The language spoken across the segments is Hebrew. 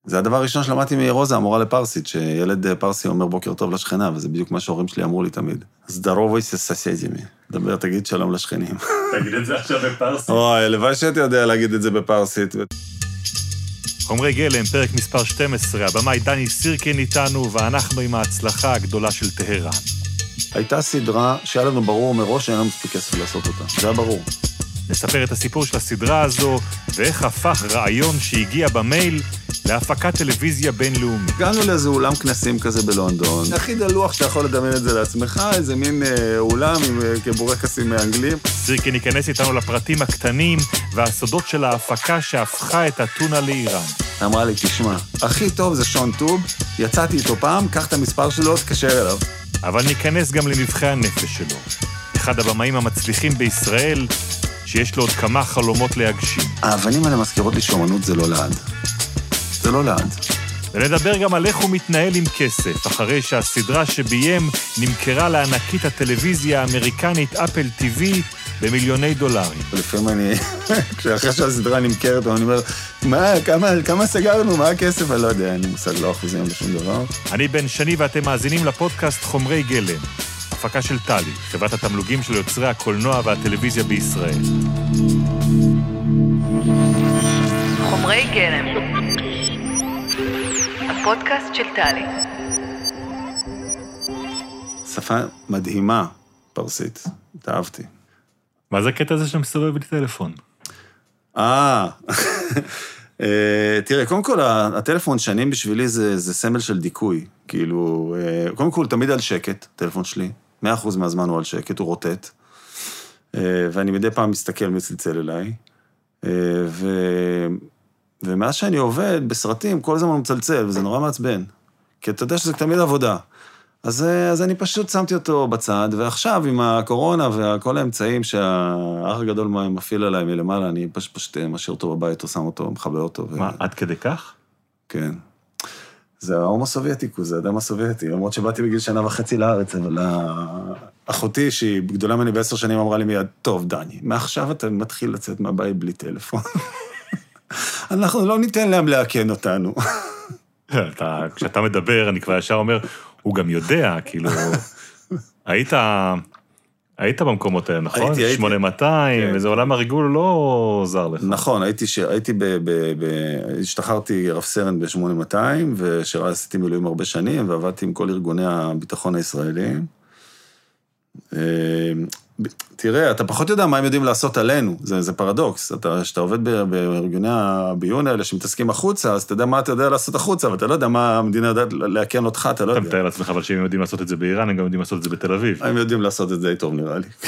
זה הדבר הראשון שלמדתי מרוזה, המורה לפרסית, שילד פרסי אומר בוקר טוב לשכנה, וזה בדיוק מה שההורים שלי אמרו לי תמיד. זדרובוי סססידימי. דבר, תגיד שלום לשכנים. תגיד את זה עכשיו בפרסית. אוי, לבד שאתה יודע להגיד את זה בפרסית. חומרי גלם, פרק מספר 12, הבמאי דני סירקין איתנו, ואנחנו עם ההצלחה הגדולה של טהרן. הייתה סדרה שהיה לנו ברור מראש שאין לנו מספיק כסף לעשות אותה. זה היה ברור. נספר את הסיפור של הסדרה הזו, ואיך הפך רעיון שהגיע במייל להפקת טלוויזיה בינלאומית. הגענו לאיזה אולם כנסים כזה בלונדון. הכי דלוח שאתה יכול לדמיין את זה לעצמך, איזה מין אולם עם כבורקסים מאנגלים. סירקין ייכנס איתנו לפרטים הקטנים והסודות של ההפקה שהפכה את אתונה לאיראן. אמרה לי, תשמע, הכי טוב זה שון טוב, יצאתי איתו פעם, קח את המספר שלו, תקשר אליו. אבל ניכנס גם לנבחי הנפש שלו. אחד הבמאים המצליחים בישראל, שיש לו עוד כמה חלומות להגשים. האבנים האלה מזכירות לי שאומנות זה לא לעד. זה לא לעד. ונדבר גם על איך הוא מתנהל עם כסף, אחרי שהסדרה שביים נמכרה לענקית הטלוויזיה האמריקנית אפל TV במיליוני דולרים. לפעמים אחרי שהסדרה נמכרת, אני אומר, כמה סגרנו, מה הכסף? אני לא יודע, אני מושג לא אחוזים בשום דבר. אני בן שני ואתם מאזינים לפודקאסט חומרי גלם, הפקה של טלי, חברת התמלוגים של יוצרי הקולנוע והטלוויזיה בישראל. חומרי גלם, הפודקאסט של טלי. שפה מדהימה, פרסית, התאהבתי. מה זה הקטע הזה שמסתובב בלי טלפון? תראה, קודם כל, הטלפון שנים בשבילי זה סמל של דיכוי. כאילו, קודם כל, תמיד על שקט, הטלפון שלי. 100% מהזמן הוא על שקט, הוא רוטט. ואני מדי פעם מסתכל מצלצל אליי. ומאז שאני עובד בסרטים, כל הזמן הוא מצלצל, וזה נורא מעצבן. כי אתה יודע שזה תמיד עבודה. אז אני פשוט שמתי אותו בצד, ועכשיו עם הקורונה וכל האמצעים שהאח הגדול מפעיל עליי מלמעלה, אני פשוט משאיר אותו בבית, או שם אותו, מחבר אותו. מה, עד כדי כך? כן. זה ההום הסובייטיקו, זה האדם הסובייטי, למרות שבאתי בגיל 1.5 לארץ, אבל אחותי, שהיא גדולה ממני ב10 שנים, אמרה לי מיד, טוב, דני, מעכשיו אתה מתחיל לצאת מהבית בלי טלפון. אנחנו לא ניתן להם להקן אותנו. כשאתה מדבר, אני כבר ישר אומר, הוא גם יודע, כאילו, היית במקומות האלה, נכון? 8200, וזה עולם הריגול לא עוזר לך. נכון, השתחררתי רב סרן ב-8200, ושעשיתי מילואים הרבה שנים, ועבדתי עם כל ארגוני הביטחון הישראלים. תראה, אתה פחות יודע מה הם יודעים לעשות עלינו, זה פרדוקס. כשאתה עובד בארגוני הביון האלה שמתעסקים החוצה, אז אתה יודע מה אתה יודע לעשות החוצה, ואתה לא יודע מה המדינה יודעת להקן אותך, אתה לא יודע. אתה מתאר לעצמך, אבל שהם יודעים לעשות את זה באיראן, הם גם יודעים לעשות את זה בתל אביב. הם יודעים לעשות את זה טוב, נראה לי.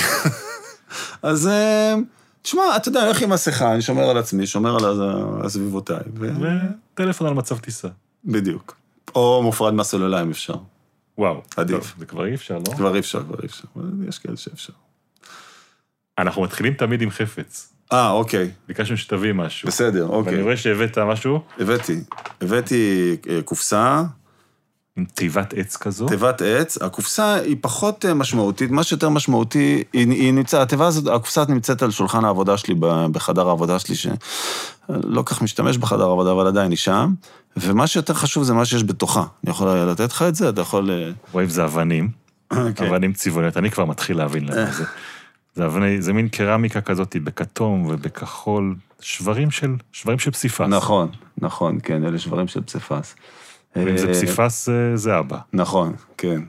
אז, תשמע, אתה יודע, איך עם מסכה, אני שומר על עצמי, שומר על הסביבותיי. וטלפון על מצב טיסה. בדיוק. או מופרד מהסוללה, אם אפשר. וואו. עדיף. זה כבר אי אפשר, לא? כבר אי אפשר. יש כאלה שאפשר. אנחנו מתחילים תמיד עם חפץ. אוקיי. ביקשנו שתביא משהו. בסדר, אוקיי. ואני רואה שהבאת משהו. הבאתי קופסה. עם תיבת עץ כזו. תיבת עץ. הקופסה היא פחות משמעותית. מה שיותר משמעותי, היא נמצאת, התיבה הזאת, הקופסה נמצאת על שולחן העבודה שלי, בחדר העבודה שלי, שלא כך משתמש בחדר העבודה, אבל עדיין היא שם. ומה שיותר חשוב זה מה שיש בתוכה. אני יכול לתת לך את זה? אתה יכול... רואים, זה אבנים. אבנים צבעוניות. אני כבר מתחיל להבין למה זה. זה מין קרמיקה כזאת בכתום ובכחול, שברים של פסיפס. נכון, כן, אלה שברים של פסיפס. ואם זה פסיפס, זה אבא. נכון, כן.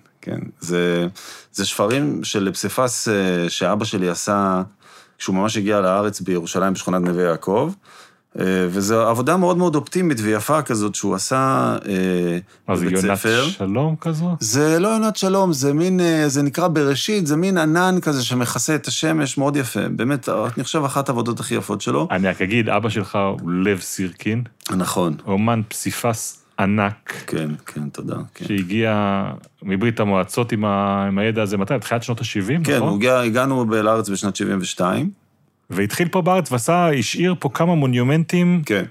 זה שברים של פסיפס שאבא שלי עשה, כשהוא ממש הגיע לארץ בירושלים בשכונת נווה יעקב, וזו עבודה מאוד מאוד אופטימית ויפה כזאת שהוא עשה בבית ספר. זה יונת שלום כזו? זה לא יונת שלום, זה נקרא בראשית, זה מין ענן כזה שמכסה את השמש, מאוד יפה. באמת, אני חושב אחת העבודות הכי יפות שלו. אני רק אגיד, אבא שלך הוא לב סירקין. נכון. אומן פסיפס ענק. כן, תודה. שהגיע מברית המועצות עם הידע הזה, מתי? בתחילת שנות ה-70, כן, נכון? הגענו לארץ בשנת 72. והתחיל פה בארץ השאיר פה כמה מונומנטים. כן.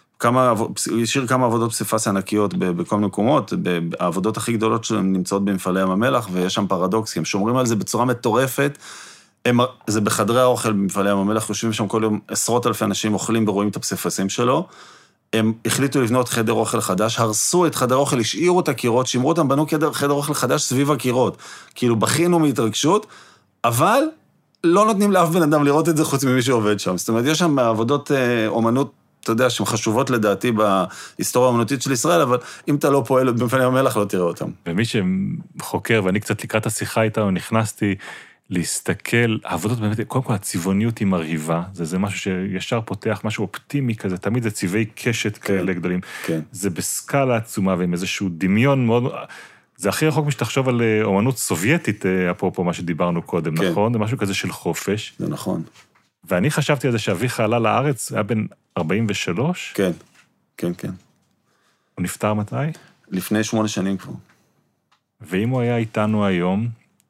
השאיר כמה עבודות פסיפס ענקיות בכל מיני מקומות, העבודות הכי גדולות שלהם נמצאות במפעלי ים המלח, ויש שם פרדוקס, הם שומרים על זה בצורה מטורפת, זה בחדרי האוכל במפעלי ים המלח, יושבים שם כל יום עשרות אלפי אנשים אוכלים ורואים את הפסיפסים שלו, הם החליטו לבנות חדר אוכל חדש, הרסו את חדר אוכל, השאירו את הקירות, שימרו אותם, בנו חדר אוכל חדש סביב הקירות. כאילו בכינו מהתרגשות, אבל לא נותנים לאף בן אדם לראות את זה חוץ ממי שעובד שם. זאת אומרת, יש שם עבודות אומנות, אתה יודע, שהן חשובות לדעתי בהיסטוריה האומנותית של ישראל, אבל אם אתה לא פועל במפעלי המלח, לא תראה אותם. ומי שחוקר, ואני קצת לקראת השיחה איתה, נכנסתי להסתכל, העבודות באמת, קודם כל הצבעוניות היא מרהיבה, זה משהו שישר פותח, משהו אופטימי כזה, תמיד זה צבעי קשת כאלה גדולים. זה בסקאלה עצומה, ועם איזשהו דמיון מאוד, זה הכי רחוק משתחשוב על אומנות סובייטית, אפרופו מה שדיברנו קודם, נכון? זה משהו כזה של חופש. זה נכון. ואני חשבתי על זה שאביך עלה לארץ, היה בן 43? כן, כן, כן. הוא נפטר מתי? לפני 8 שנים כבר. ואם הוא היה איתנו היום,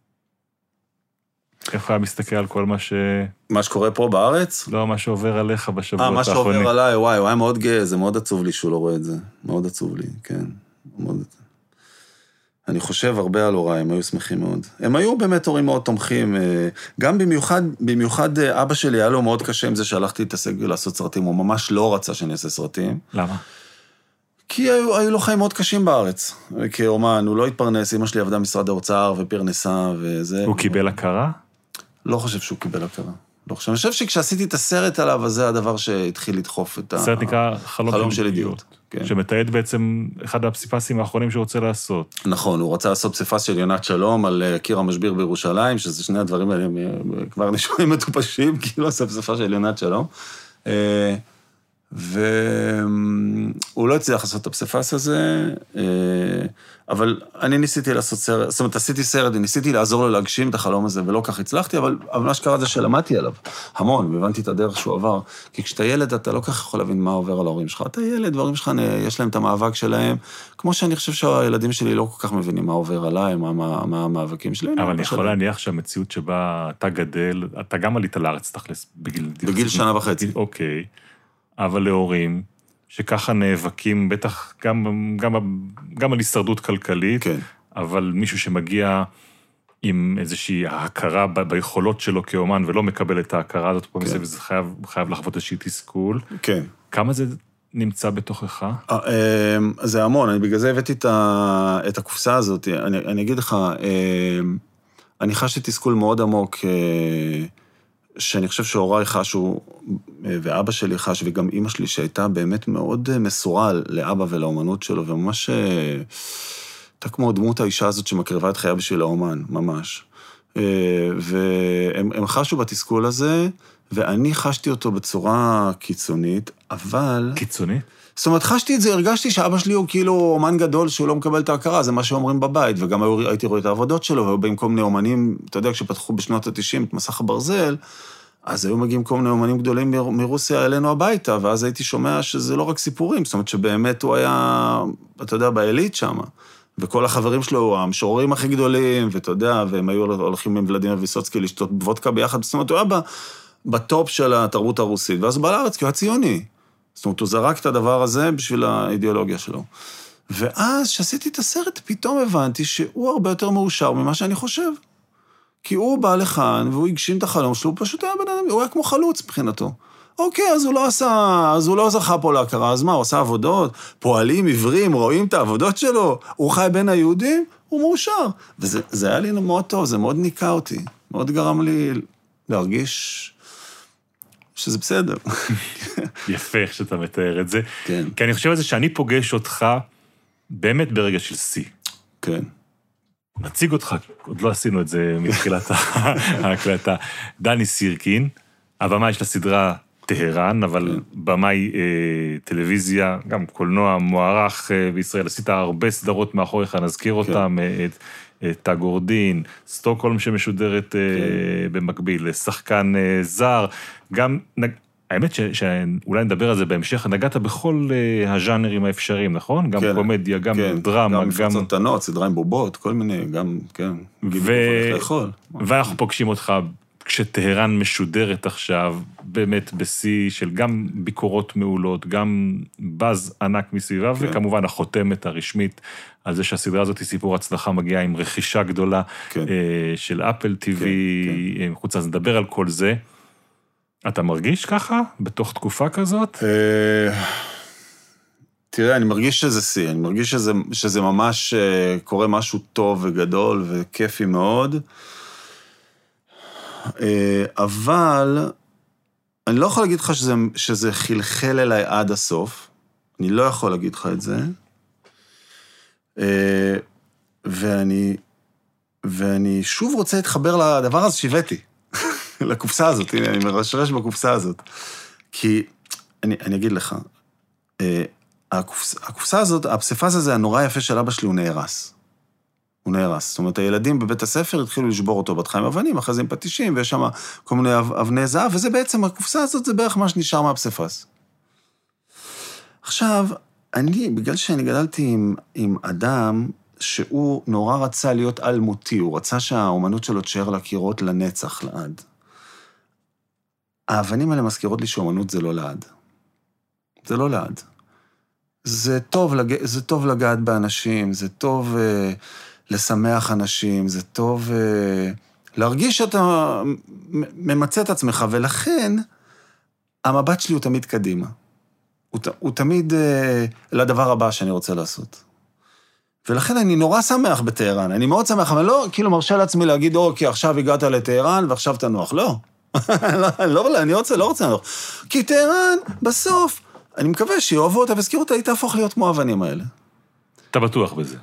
איך היה מסתכל על כל מה שקורה פה בארץ? לא, מה שעובר עליך בשבועות האחרונים. מה שעובר עליי, וואי, הוא היה מאוד גאה, זה מאוד עצוב לי שהוא לא רואה את זה. מאוד עצוב לי, כן. מאוד... אני חושב הרבה על הוריי, הם היו שמחים מאוד. הם היו באמת הורים מאוד תומכים, גם במיוחד אבא שלי היה לו מאוד קשה עם זה שהלכתי להתעסק לעשות סרטים, הוא ממש לא רצה שאני אעשה סרטים. למה? כי היו לו חיים מאוד קשים בארץ. כאומן, הוא לא התפרנס, אמא שלי עבדה משרד האוצר ופרנסה וזה. הוא קיבל הכרה? לא חושב שהוא קיבל הכרה. לא חושב. אני חושב שכשעשיתי את הסרט עליו, אז זה הדבר שהתחיל לדחוף את הסרט נקרא חלום של אידיוט. שמתעד בעצם אחד הפסיפסים האחרונים שהוא רוצה לעשות. נכון, הוא רצה לעשות פסיפס של יונת שלום על קיר המשביר בירושלים, שזה שני הדברים האלה כבר נשמעים מטופשים, כאילו עושה פסיפס של יונת שלום. והוא לא הצליח לעשות את הפסיפס הזה, אבל אני ניסיתי לעשות סרט, זאת אומרת, עשיתי סרט, ניסיתי לעזור לו להגשים את החלום הזה, ולא כך הצלחתי, אבל מה שקרה זה שלמדתי עליו המון, והבנתי את הדרך שהוא עבר, כי כשאתה ילד, אתה לא כך יכול להבין מה עובר על ההורים שלך, אתה ילד, וההורים שלך, יש להם את המאבק שלהם, כמו שאני חושב שהילדים שלי לא כל כך מבינים מה עובר עליי, מה המאבקים שלהם. אבל אני יכול להניח שהמציאות שבה אתה גדל, אתה גם עלית לארץ תכלס בגיל 1.5 שנה. אוקיי. אבל להורים, שככה נאבקים, בטח גם על הישרדות כלכלית, כן. אבל מישהו שמגיע עם איזושהי ההכרה ביכולות שלו כאומן, ולא מקבל את ההכרה הזאת פה, כן. וזה חייב לחוות איזושהי תסכול. כן. כמה זה נמצא בתוכך? זה המון, אני בגלל זה הבאתי את הקופסה הזאת. אני אגיד לך, אני חשתי תסכול מאוד עמוק, שאני חושב שהוריי חשו, ואבא שלי חש, וגם אמא שלי שהייתה באמת מאוד מסורה לאבא ולאומנות שלו, וממש הייתה כמו דמות האישה הזאת שמקריבה את חייה בשביל האומן, ממש. והם חשו בתסכול הזה, ואני חשתי אותו בצורה קיצונית, אבל... קיצונית? זאת אומרת, חשתי את זה, הרגשתי שאבא שלי הוא כאילו אומן גדול שהוא לא מקבל את ההכרה, זה מה שאומרים בבית, וגם הייתי רואה את העבודות שלו, והיו באים כל מיני אומנים, אתה יודע, כשפתחו בשנות ה-90 את מסך הברזל, אז היו מגיעים כל מיני אומנים גדולים מרוסיה אלינו הביתה, ואז הייתי שומע שזה לא רק סיפורים, זאת אומרת שבאמת הוא היה, אתה יודע, בעילית שם, וכל החברים שלו, המשוררים הכי גדולים, ואתה יודע, והם היו הולכים עם ולדימיר ויסוצקי לשתות וודקה ביחד, זאת אומרת, הוא היה בטופ של התרבות הרוסית, ואז הוא בא לארץ, כי הוא היה ציוני. זאת אומרת, הוא זרק את הדבר הזה בשביל האידיאולוגיה שלו. ואז, שעשיתי את הסרט, פתאום הבנתי שהוא הרבה יותר מאושר ממה שאני חושב. כי הוא בא לכאן, והוא הגשים את החלום שלו, הוא פשוט היה בן אדם, הוא היה כמו חלוץ מבחינתו. אוקיי, אז הוא לא זכה פה להכרה, אז מה, הוא עשה עבודות, פועלים, עיוורים, רואים את העבודות שלו, הוא חי בין היהודים, הוא מאושר. וזה היה לי מאוד טוב, זה מאוד ניקה אותי, מאוד גרם לי להרגיש שזה בסדר. יפה איך שאתה מתאר את זה. כן. כי אני חושב על זה שאני פוגש אותך באמת ברגע של שיא. כן. נציג אותך, עוד לא עשינו את זה מתחילת ההקלטה. דני סירקין, הבמאי של הסדרה טהרן, אבל במאי טלוויזיה, גם קולנוע מוערך בישראל, עשית הרבה סדרות מאחוריך, נזכיר אותם, את הגורדין, סטוקהולם שמשודרת במקביל, שחקן זר, גם, האמת שאולי נדבר על זה בהמשך, נגעת בכל הז'אנרים האפשריים, נכון? גם קומדיה, גם דרמה, גם מפצות קטנות, סדרה עם בובות, כל מיני, גם, כן, ואנחנו פוגשים אותך, כשטהרן משודרת עכשיו, באמת בשיא של גם ביקורות מעולות, גם בז ענק מסביבה, וכמובן החותמת הרשמית, על זה שהסדרה הזאת היא סיפור הצלחה מגיעה עם רכישה גדולה של אפל TV, חוץ אז נדבר על כל זה. אתה מרגיש ככה, בתוך תקופה כזאת? תראה, אני מרגיש שזה שיא, אני מרגיש שזה ממש קורה משהו טוב וגדול וכיפי מאוד, אבל אני לא יכול להגיד לך שזה חלחל אליי עד הסוף, אני לא יכול להגיד לך את זה, ואני שוב רוצה להתחבר לדבר הזה שהבאתי, לקופסה הזאת, הנה, אני מרשרש בקופסה הזאת, כי אני אגיד לך, הקופסה הזאת, הפסיפס הזה, הנורא יפה של אבא שלי, הוא נהרס. הוא נהרס. זאת אומרת, הילדים בבית הספר התחילו לשבור אותו בהתחלה עם אבנים, אחרי זה עם פטישים, ויש שם כל מיני אבני זהב, וזה בעצם, הקופסה הזאת זה בערך מה שנשאר מהפסיפס. עכשיו, בגלל שאני גדלתי עם אדם, שהוא נורא רצה להיות אלמותי, הוא רצה שהאומנות שלו תשאר לקירות לנצח, לעד. האבנים האלה מזכירות לי שאומנות זה לא לעד. זה לא לעד. זה טוב לגעת באנשים, זה טוב לשמח אנשים, זה טוב להרגיש שאתה ממצא את עצמך, ולכן המבט שלי הוא תמיד קדימה. הוא תמיד לדבר הבא שאני רוצה לעשות. ולכן אני נורא שמח בטהרן, אני מאוד שמח, אבל לא כאילו מרשה לעצמי להגיד, אוקיי, עכשיו הגעת לטהרן ועכשיו תנוח, לא. אני לא רוצה לנוח. כי טהרן, בסוף, אני מקווה שיאהבו אותה וזכירו אותה, היא תהפוך להיות כמו האבנים האלה. אתה בטוח בזה?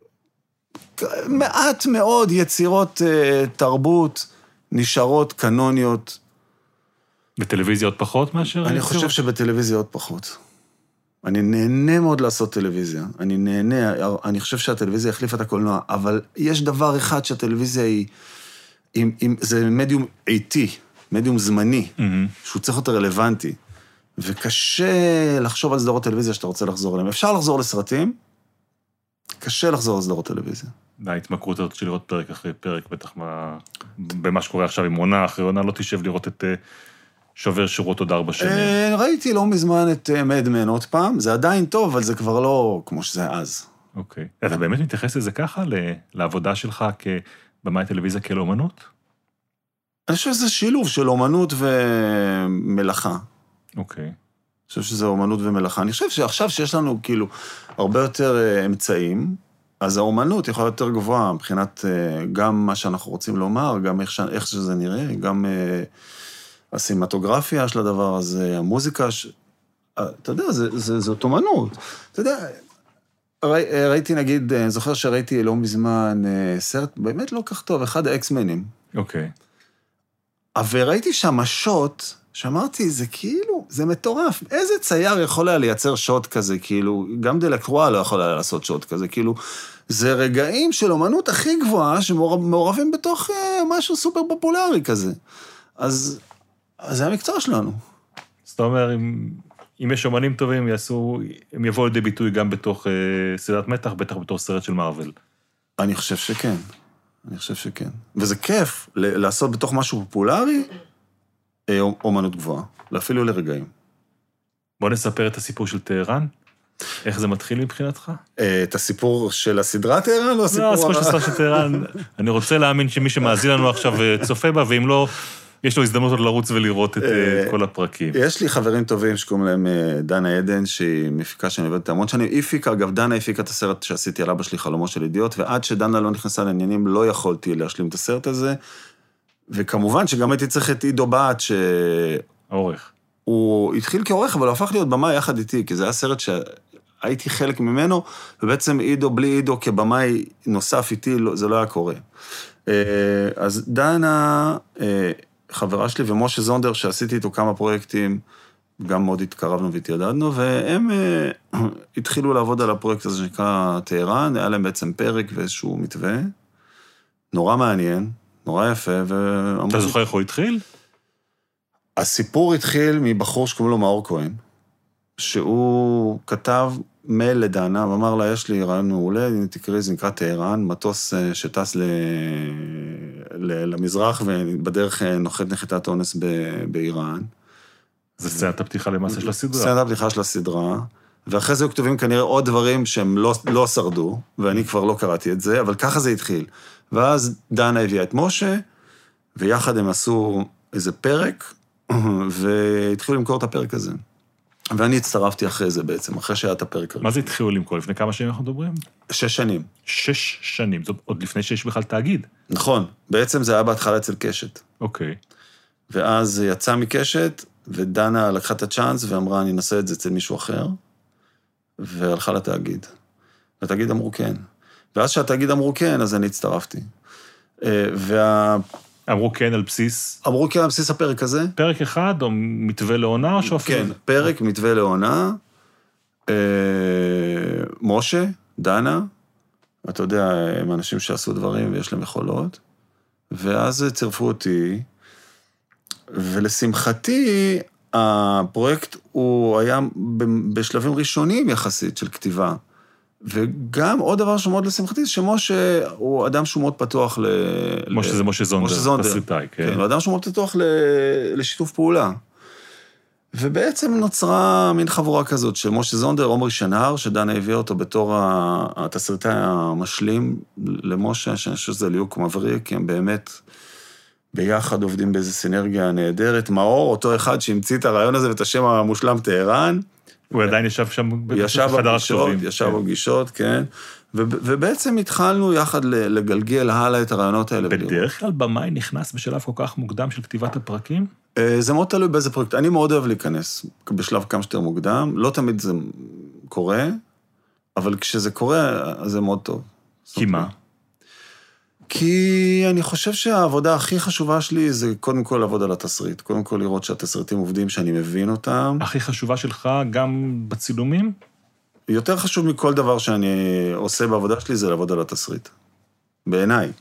מעט מאוד יצירות תרבות נשארות קנוניות. בטלוויזיה עוד פחות מאשר? אני חושב שבטלוויזיה עוד פחות. אני נהנה מאוד לעשות טלוויזיה. אני חושב שהטלוויזיה החליפה את הקולנוע, אבל יש דבר אחד שהטלוויזיה היא, זה מדיום איטי, מדיום זמני, שהוא צריך יותר רלוונטי. וקשה לחשוב על סדרות טלוויזיה שאתה רוצה לחזור אליהם. אפשר לחזור לסרטים, קשה לחזור לסדרות טלוויזיה. ההתמכרות הזאת של לראות פרק אחרי פרק, בטח במה שקורה עכשיו עם עונה אחרי עונה, לא תשב לראות את שובר שורות עוד 4 שנים. ראיתי לא מזמן את מדמן עוד פעם, זה עדיין טוב, אבל זה כבר לא כמו שזה אז. אוקיי. אתה באמת מתייחס לזה ככה, לעבודה שלך כבמאי טלוויזיה כאל אומנות? אני חושב שזה שילוב של אומנות ומלאכה. אוקיי. אני חושב שזה אומנות ומלאכה. אני חושב שעכשיו שיש לנו כאילו הרבה יותר אמצעים, אז האומנות יכולה יותר גבוהה מבחינת גם מה שאנחנו רוצים לומר, גם איך שזה נראה, גם הסימטוגרפיה של הדבר הזה, המוזיקה, אתה יודע, זאת אומנות. אתה יודע, ראיתי נגיד, אני זוכר שראיתי לא מזמן סרט באמת לא כך טוב, אחד האקסמנים. אוקיי. אבל ראיתי שם שוט, שאמרתי, זה כאילו, זה מטורף. איזה צייר יכול היה לייצר שוט כזה, כאילו, גם דלקרואה לא יכול היה לעשות שוט כזה, כאילו, זה רגעים של אומנות הכי גבוהה, שמעורבים בתוך משהו סופר פופולרי כזה. אז זה המקצוע שלנו. זאת אומרת, אם יש אומנים טובים, הם יבואו לידי ביטוי גם בתוך סדרת מתח, בטח בתוך סרט של מארוול. אני חושב שכן. אני חושב שכן. וזה כיף לעשות בתוך משהו פופולרי, אומנות גבוהה, ואפילו לרגעים. בוא נספר את הסיפור של טהרן. איך זה מתחיל מבחינתך? את הסיפור של הסדרה טהרן, או הסיפור... לא, הסיפור של הסדרה של טהרן. אני רוצה להאמין שמי שמאזין לנו עכשיו צופה בה, ואם לא, יש לו הזדמנות עוד לרוץ ולראות את כל הפרקים. יש לי חברים טובים שקוראים להם דנה עדן, שהיא מפיקה שאני עובדת המון שנים. היא הפיקה, אגב, דנה הפיקה את הסרט שעשיתי על אבא שלי, חלומו של אידיוט, ועד שדנה לא נכנסה לעניינים, לא יכולתי להשלים את הסרט הזה, וכמובן שגם הייתי צריך את עידו בת, העורך. הוא התחיל כעורך, אבל הוא הפך להיות במאי יחד איתי, כי זה היה סרט שהייתי חלק ממנו, ובעצם עידו, בלי עידו, כבמאי נוסף איתי, זה לא היה קורה. אז דנה, חברה שלי, ומשה זונדר, שעשיתי איתו כמה פרויקטים, גם מאוד התקרבנו והתיידדנו, והם התחילו לעבוד על הפרויקט הזה שנקרא טהרן, היה להם בעצם פרק ואיזשהו מתווה, נורא מעניין, נורא יפה, אתה זוכר איך הוא התחיל? הסיפור התחיל מבחור שקוראים לו מאור כהן, שהוא כתב מייל לדנה, ואמר לה, יש לי רעיון מעולה, תקראי, זה נקרא טהרן, מטוס שטס למזרח, ובדרך נוחת נחיתת אונס באיראן. זה סצנת הפתיחה למעשה של הסדרה. סצנת הפתיחה של הסדרה, ואחרי זה היו כתובים כנראה עוד דברים שהם לא שרדו, ואני כבר לא קראתי את זה, אבל ככה זה התחיל. ואז דנה הביאה את משה, ויחד הם עשו איזה פרק, והתחילו למכור את הפרק הזה. ואני הצטרפתי אחרי זה בעצם, אחרי שהיה את הפרק הראשון. מה זה התחילו למכור? לפני כמה שנים אנחנו מדברים? 6 שנים. 6 שנים, זאת עוד לפני שיש בכלל תאגיד. נכון, בעצם זה היה בהתחלה אצל קשת. אוקיי. ואז יצא מקשת, ודנה לקחה את הצ'אנס ואמרה, אני אנסה את זה אצל מישהו אחר, והלכה לתאגיד. והתאגיד אמרו כן. ואז שהתאגיד אמרו כן, אז אני הצטרפתי. אמרו כן על בסיס? אמרו כן על בסיס הפרק הזה. פרק אחד או מתווה לעונה או שאופן? כן, פרק, מתווה לעונה. משה, דנה, אתה יודע, הם אנשים שעשו דברים ויש להם יכולות. ואז צירפו אותי, ולשמחתי, הפרויקט הוא היה בשלבים ראשונים יחסית של כתיבה. וגם עוד דבר שמאוד לשמחתי, זה שמשה הוא אדם שהוא מאוד פתוח משה זה משה זונדר, תסריטאי, כן. הוא אדם שהוא מאוד פתוח לשיתוף פעולה. ובעצם נוצרה מין חבורה כזאת של משה זונדר, עומרי שנהר, שדנה הביא אותו בתור התסריטאי המשלים למשה, שאני חושב שזה ליהוק מבריק, כי הם באמת ביחד עובדים באיזו סינרגיה נהדרת. מאור, אותו אחד שהמציא את הרעיון הזה ואת השם המושלם טהרן, הוא עדיין ישב שם בחדר הכתובים. ישב בפגישות, כן. ובעצם התחלנו יחד לגלגל הלאה את הרעיונות האלה. בדרך כלל במאי נכנס בשלב כל כך מוקדם של כתיבת הפרקים? זה מאוד תלוי באיזה פרויקט. אני מאוד אוהב להיכנס בשלב כמה שיותר מוקדם. לא תמיד זה קורה, אבל כשזה קורה, זה מאוד טוב. כי מה? כי אני חושב שהעבודה הכי חשובה שלי זה קודם כל לעבוד על התסריט. קודם כל לראות שהתסריטים עובדים, שאני מבין אותם. הכי חשובה שלך גם בצילומים? יותר חשוב מכל דבר שאני עושה בעבודה שלי זה לעבוד על התסריט. בעיניי.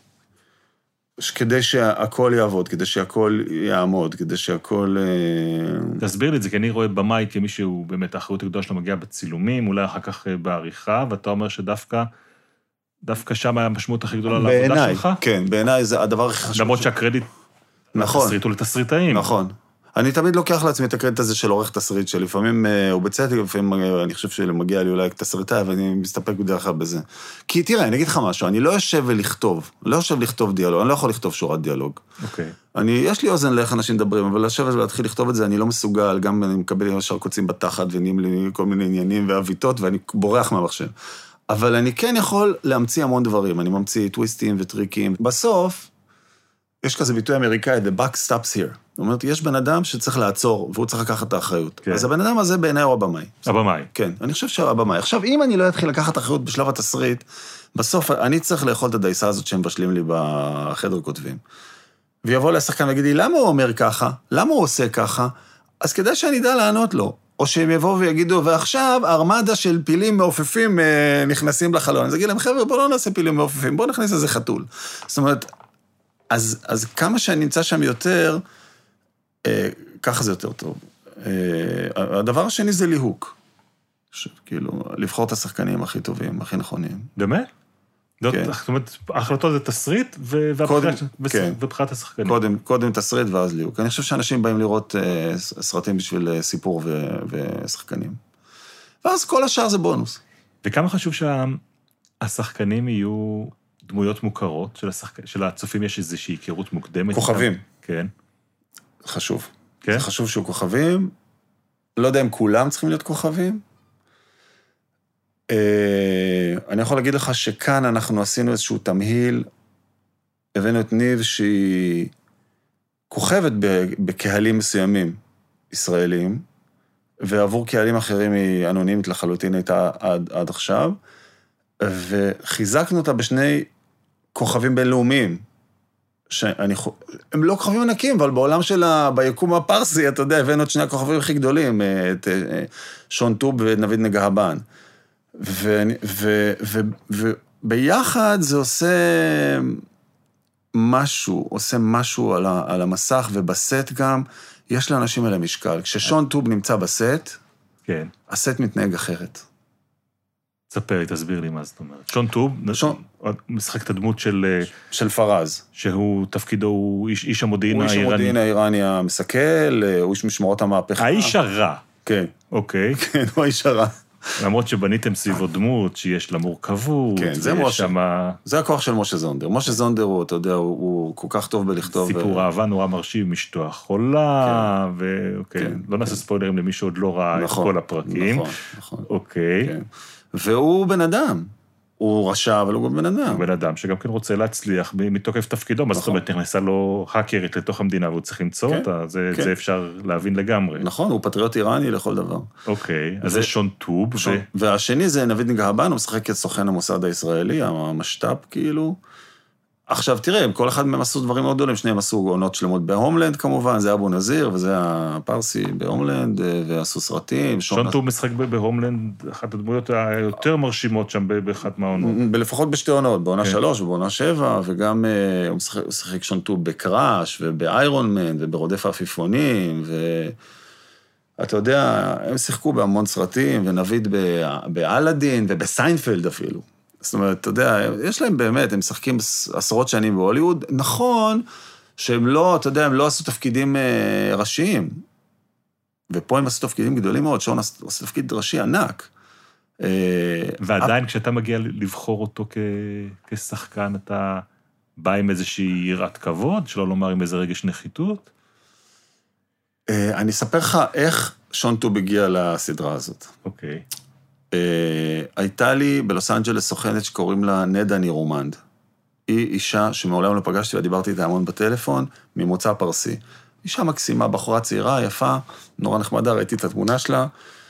כדי שהכל יעבוד, כדי שהכל יעמוד, כדי שהכל... תסביר לי את זה, כי אני רואה במאי כמי שהוא באמת האחריות הגדולה שלו מגיע בצילומים, אולי אחר כך בעריכה, ואתה אומר דווקא שם היה המשמעות הכי גדולה לעבודה שלך? כן, בעיניי זה הדבר הכי חשוב. למרות שהקרדיט לתסריט הוא לתסריטאים. נכון. אני תמיד לוקח לעצמי את הקרדיט הזה של עורך תסריט, שלפעמים הוא בצדק, לפעמים אני חושב שמגיע לי אולי תסריטאי, ואני מסתפק בדרך כלל בזה. כי תראה, אני אגיד לך משהו, אני לא יושב ולכתוב, לא יושב לכתוב דיאלוג, אני לא יכול לכתוב שורת דיאלוג. אוקיי. יש לי אוזן לאיך אנשים מדברים, אבל לשבת ולהתחיל לכתוב את זה, אני לא מסוגל, גם אני מקבל ישר קוצים בתחת, ונהיים לי כל מיני עניינים ואביתות, ואני בורח מהמחשב. אבל אני כן יכול להמציא המון דברים, אני ממציא טוויסטים וטריקים. בסוף, יש כזה ביטוי אמריקאי, the buck stops here. זאת אומרת, יש בן אדם שצריך לעצור, והוא צריך לקחת את האחריות. כן. אז הבן אדם הזה בעיניי הוא הבמאי. הבמאי. כן, אני חושב שהוא הבמאי. עכשיו, אם אני לא אתחיל לקחת אחריות בשלב התסריט, בסוף אני צריך לאכול את הדייסה הזאת שהם בשלים לי בחדר כותבים. ויבוא לשחקן ויגיד לי, למה הוא אומר ככה? למה הוא עושה ככה? אז כדאי שאני אדע לענות לו. או שהם יבואו ויגידו, ועכשיו ארמדה של פילים מעופפים נכנסים לחלון. אז אגיד להם, חבר'ה, בואו לא נעשה פילים מעופפים, בואו נכניס איזה חתול. זאת אומרת, אז כמה שאני נמצא שם יותר, ככה זה יותר טוב. הדבר השני זה ליהוק. כאילו, לבחור את השחקנים הכי טובים, הכי נכונים. באמת? כן. זאת אומרת, ההחלטות זה תסריט ובחירת השחקנים. קודם תסריט ואז ליהוק. אני חושב שאנשים באים לראות סרטים בשביל סיפור ושחקנים. ואז כל השאר זה בונוס. וכמה חשוב שהשחקנים יהיו דמויות מוכרות, של הצופים יש איזושהי היכרות מוקדמת? כוכבים. כן. חשוב. זה חשוב שהוא כוכבים. לא יודע אם כולם צריכים להיות כוכבים. אני יכול להגיד לך שכאן אנחנו עשינו איזשהו תמהיל, הבאנו את ניב שהיא כוכבת בקהלים מסוימים ישראלים, ועבור קהלים אחרים היא אנונימית לחלוטין הייתה עד עכשיו, וחיזקנו אותה בשני כוכבים בינלאומיים, הם לא כוכבים ענקים, אבל בעולם של ביקום הפרסי, אתה יודע, הבאנו את שני הכוכבים הכי גדולים, את שון טוב ונביד נגהבן. וביחד זה עושה משהו על המסך, ובסט גם, יש לאנשים האלה משקל. כששון טוב נמצא בסט, כן. הסט מתנהג אחרת. תספר לי, תסביר לי מה זאת אומרת. שון טוב, משחק את הדמות של פרז. שהוא תפקידו, הוא איש המודיעין האיראני. הוא איש המודיעין האיראני המסכל, הוא איש משמרות המהפכה. האיש הרע. כן. אוקיי. כן, הוא האיש הרע. למרות שבניתם סביבו דמות, שיש לה מורכבות. כן, זה משה. זה הכוח של משה זונדר. משה זונדר הוא, אתה יודע, הוא כל כך טוב בלכתוב. סיפור אהבה נורא מרשים, אשתו החולה, ואוקיי, לא נעשה ספוילרים למי שעוד לא ראה את כל הפרקים. נכון. אוקיי. והוא בן אדם. הוא רשע, אבל הוא גם בן אדם. הוא בן אדם שגם כן רוצה להצליח מתוקף תפקידו, מה זאת אומרת, נכנסה לו האקרית לתוך המדינה, והוא צריך למצוא אותה, זה אפשר להבין לגמרי. נכון, הוא פטריוט איראני לכל דבר. אוקיי, אז זה שון טוב. והשני זה נביד נגהבן, הוא משחק את סוכן המוסד הישראלי, המשת"פ כאילו. עכשיו תראה, כל אחד מהם עשו דברים מאוד גדולים, שניהם עשו עונות שלמות בהומלנד כמובן, זה אבו נזיר, וזה הפרסי בהומלנד, ועשו סרטים. שון טוב משחק בהומלנד, אחת הדמויות היותר מרשימות שם באחת מהעונות. לפחות בשתי עונות, בעונה 3 ובעונה 7, וגם הוא משחק שון טוב בקראש, ובאיירון מן, וברודף העפיפונים, ואתה יודע, הם שיחקו בהמון סרטים, ונביד באלאדין, ובסיינפלד אפילו. זאת אומרת, אתה יודע, יש להם באמת, הם משחקים עשרות שנים בהוליווד, נכון שהם לא, אתה יודע, הם לא עשו תפקידים ראשיים, ופה הם עשו תפקידים גדולים מאוד, שון עשו תפקיד ראשי ענק. ועדיין כשאתה מגיע לבחור אותו כשחקן, אתה בא עם איזושהי יראת כבוד, שלא לומר עם איזה רגש נחיתות? אני אספר לך איך שון טוב הגיע לסדרה הזאת. אוקיי. הייתה לי בלוס אנג'לס סוכנת שקוראים לה נדה נירומנד. היא אישה שמעולם לא פגשתי ודיברתי איתה המון בטלפון, ממוצא פרסי. אישה מקסימה, בחורה צעירה, יפה, נורא נחמדה, ראיתי את התמונה שלה,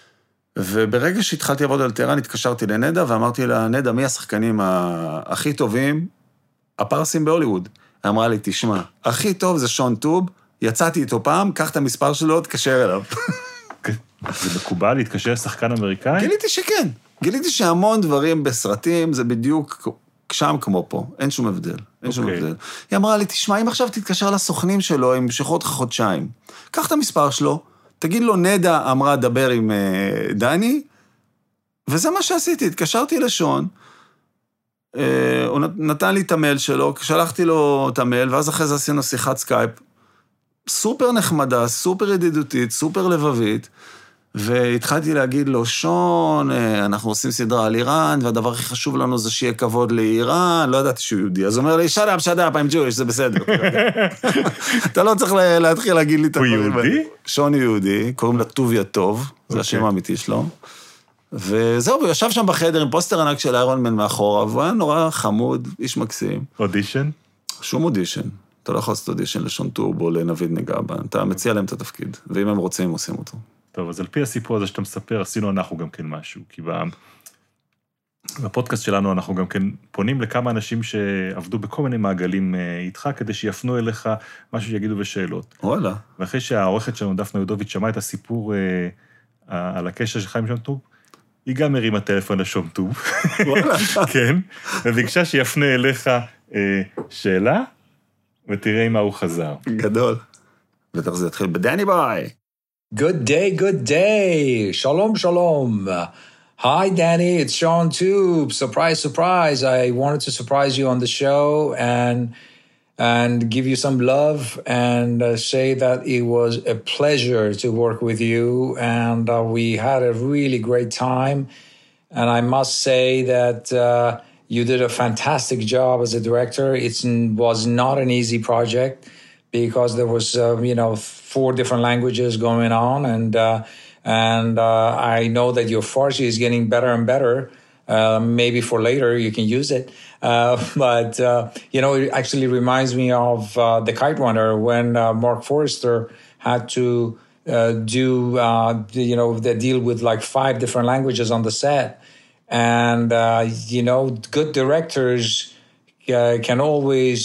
וברגע שהתחלתי לעבוד על טהרן, התקשרתי לנדה ואמרתי לה, נדה, מי השחקנים הכי טובים? הפרסים בהוליווד. היא אמרה לי, תשמע, הכי טוב זה שון טוב, יצאתי איתו פעם, קח את המספר שלו, תקשר אליו. זה מקובל להתקשר לשחקן אמריקאי? גיליתי שכן. גיליתי שהמון דברים בסרטים זה בדיוק שם כמו פה. אין שום הבדל. אין שום הבדל. היא אמרה לי, תשמע, אם עכשיו תתקשר לסוכנים שלו, הם משכות לך חודשיים. קח את המספר שלו, תגיד לו, נדה אמרה דבר עם דני, וזה מה שעשיתי. התקשרתי לשון, הוא נתן לי את המייל שלו, שלחתי לו את המייל, ואז אחרי זה עשינו שיחת סקייפ, סופר נחמדה, סופר ידידותית, סופר לבבית, והתחלתי להגיד לו, שון, אנחנו עושים סדרה על איראן, והדבר הכי חשוב לנו זה שיהיה כבוד לאיראן, לא ידעתי שהוא יהודי, אז הוא אומר לי, shut up, I'm Jewish, זה בסדר. אתה לא צריך להתחיל להגיד לי את הדברים. הוא יהודי? שון יהודי, קוראים לה טוביה טוב, זה השם האמיתי שלו, וזהו, הוא ישב שם בחדר עם פוסטר ענק של איירון מן מאחורה, והוא היה נורא חמוד, איש מקסים. אודישן? שום אודישן. אתה לא יכול לעשות אודישן לשון טוב או לנביד נגהבן, אתה מציע להם את התפקיד, ואם הם רוצים, הם עושים אותו. טוב, אז על פי הסיפור הזה שאתה מספר, עשינו אנחנו גם כן משהו, כי בפודקאסט שלנו אנחנו גם כן פונים לכמה אנשים שעבדו בכל מיני מעגלים איתך, כדי שיפנו אליך משהו שיגידו בשאלות. וואלה. ואחרי שהעורכת שלנו, דפנה יודוביץ', שמעה את הסיפור על הקשר שלך עם שון טוב, היא גם הרימה טלפון לשון טוב. וואלה. כן, וביקשה שיפנה אליך שאלה, ותראה אם הוא חזר. גדול. בטח זה יתחיל בדני ביי. Good day. Shalom, shalom. Hi, Danny. It's Sean Tube. Surprise, surprise. I wanted to surprise you on the show and give you some love and say that it was a pleasure to work with you. And we had a really great time. And I must say that you did a fantastic job as a director. It was not an easy project because there was, 4 different languages going on. And I know that your Farsi is getting better and better. Maybe for later you can use it. But it actually reminds me of The Kite Runner when Mark Forrester had to the deal with like 5 different languages on the set. And, good directors can always,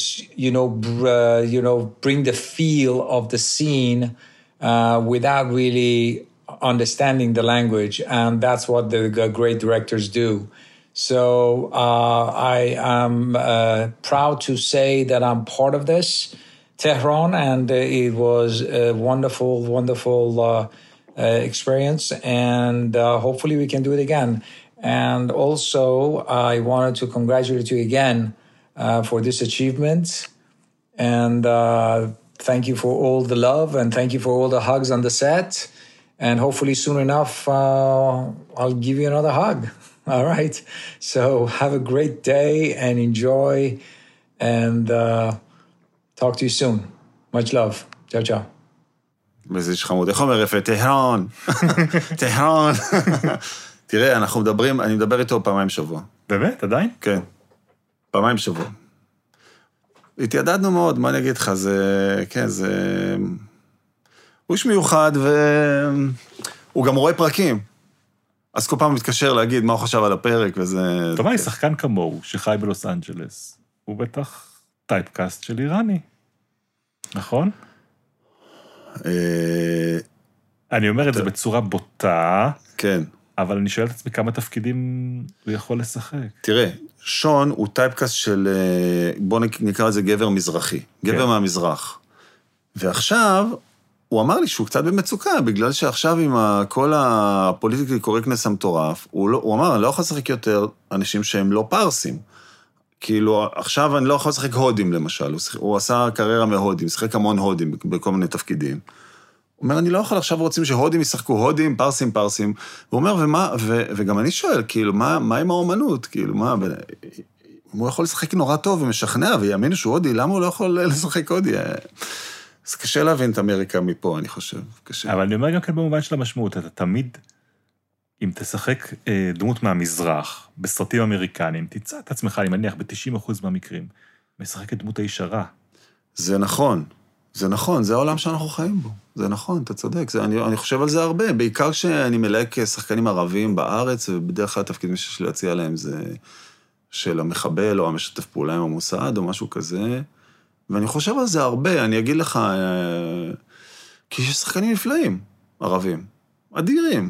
bring the feel of the scene without really understanding the language. And that's what the great directors do. So I am proud to say that I'm part of this, Tehran, and it was a wonderful, wonderful experience. And hopefully we can do it again. And also, I wanted to congratulate you again for this achievement. And thank you for all the love and thank you for all the hugs on the set. and hopefully soon enough, I'll give you another hug. All right. So have a great day and enjoy, and talk to you soon. Much love. Ciao, ciao. וזה חמוד. איך אומר יפה? טהרן. טהרן. תראה, אני מדבר איתו פעמיים בשבוע. באמת? עדיין? כן. פעמיים בשבוע. התיידדנו מאוד, מה אני אגיד לך? זה, כן, זה... הוא איש מיוחד, והוא גם רואה פרקים. אז כל פעם הוא מתקשר להגיד מה הוא חשב על הפרק, וזה... טוב, יש שחקן כמוהו, שחי בלוס אנג'לס. הוא בטח טייפקאסט של איראני. נכון? אני אומר את זה בצורה בוטה. כן. אבל אני שואל את עצמי כמה תפקידים הוא יכול לשחק. תראה, שון הוא טייפקאסט של, בוא נקרא לזה גבר מזרחי, גבר מהמזרח. ועכשיו, הוא אמר לי שהוא קצת במצוקה, בגלל שעכשיו עם כל הפוליטיקלי קורקטנס המטורף, הוא אמר, אני לא יכול לשחק יותר אנשים שהם לא פרסים. כאילו, עכשיו אני לא יכול לשחק הודים למשל, הוא עשה קריירה מהודים, שחק המון הודים בכל מיני תפקידים. הוא אומר, אני לא יכול, עכשיו רוצים שהודים ישחקו הודים, פרסים. הוא אומר, וגם אני שואל, כאילו, מה עם האומנות? כאילו, הוא יכול לשחק נורא טוב ומשכנע, ויאמינו שהוא הודי, למה הוא לא יכול לשחק הודי? אז קשה להבין את אמריקה מפה, אני חושב. קשה. אבל אני אומר גם כן במובן של המשמעות, אתה תמיד, אם תשחק דמות מהמזרח, בסרטים אמריקניים, תמצא את עצמך, אני מניח, ב-90% מהמקרים, משחק את דמות הישרה. זה נכון. זה נכון, זה העולם שאנחנו חיים בו. זה נכון, אתה צודק. אני חושב על זה הרבה, בעיקר כשאני מלהק שחקנים ערבים בארץ, ובדרך כלל התפקידים שיש לי להציע להם זה של המחבל, או המשתף פעולה עם המוסד, או משהו כזה. ואני חושב על זה הרבה, אני אגיד לך, כי יש שחקנים נפלאים, ערבים, אדירים,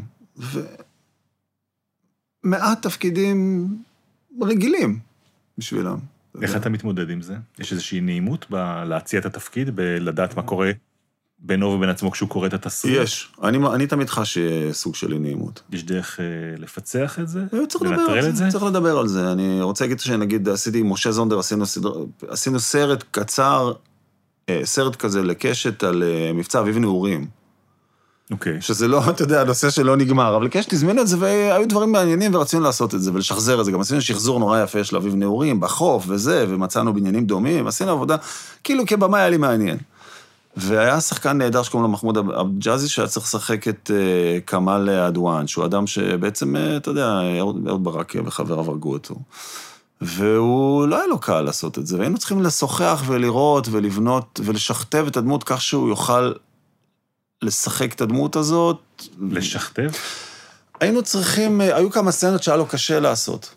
ומעט תפקידים רגילים בשבילם. איך אתה מתמודד עם זה? יש איזושהי נעימות להציע את התפקיד, בלדעת מה קורה בינו ובין עצמו כשהוא קורא את התסריט? יש. אני תמיד חש סוג של נעימות. יש דרך לפצח את זה? לנטרל את זה? צריך לדבר על זה. אני רוצה להגיד שנגיד, עשיתי עם משה זונדר, עשינו סרט קצר, סרט כזה לקשת על מבצע אביב נעורים. אוקיי. שזה לא, אתה יודע, הנושא שלא נגמר, אבל לקשת הזמינו את זה, והיו דברים מעניינים ורצינו לעשות את זה, ולשחזר את זה. גם עשינו שחזור נורא יפה של אביב נעורים, בחוף וזה, ומצאנו בניינים דומים, עשינו עבודה, כאילו כבמה היה לי מעניין. והיה שחקן נהדר שקוראים לו מחמוד אבג'אזי, שהיה צריך לשחק את כמאל אדואן, שהוא אדם שבעצם, אתה יודע, אהוד ברק וחבריו הרגו אותו. והוא לא היה לו קל לעשות את זה, והיינו צריכים לשוחח ולראות ולבנות ולשכתב את הדמות כך שהוא יוכל לשחק את הדמות הזאת. לשכתב? היינו צריכים, היו כמה סצנות שהיה לו קשה לעשות.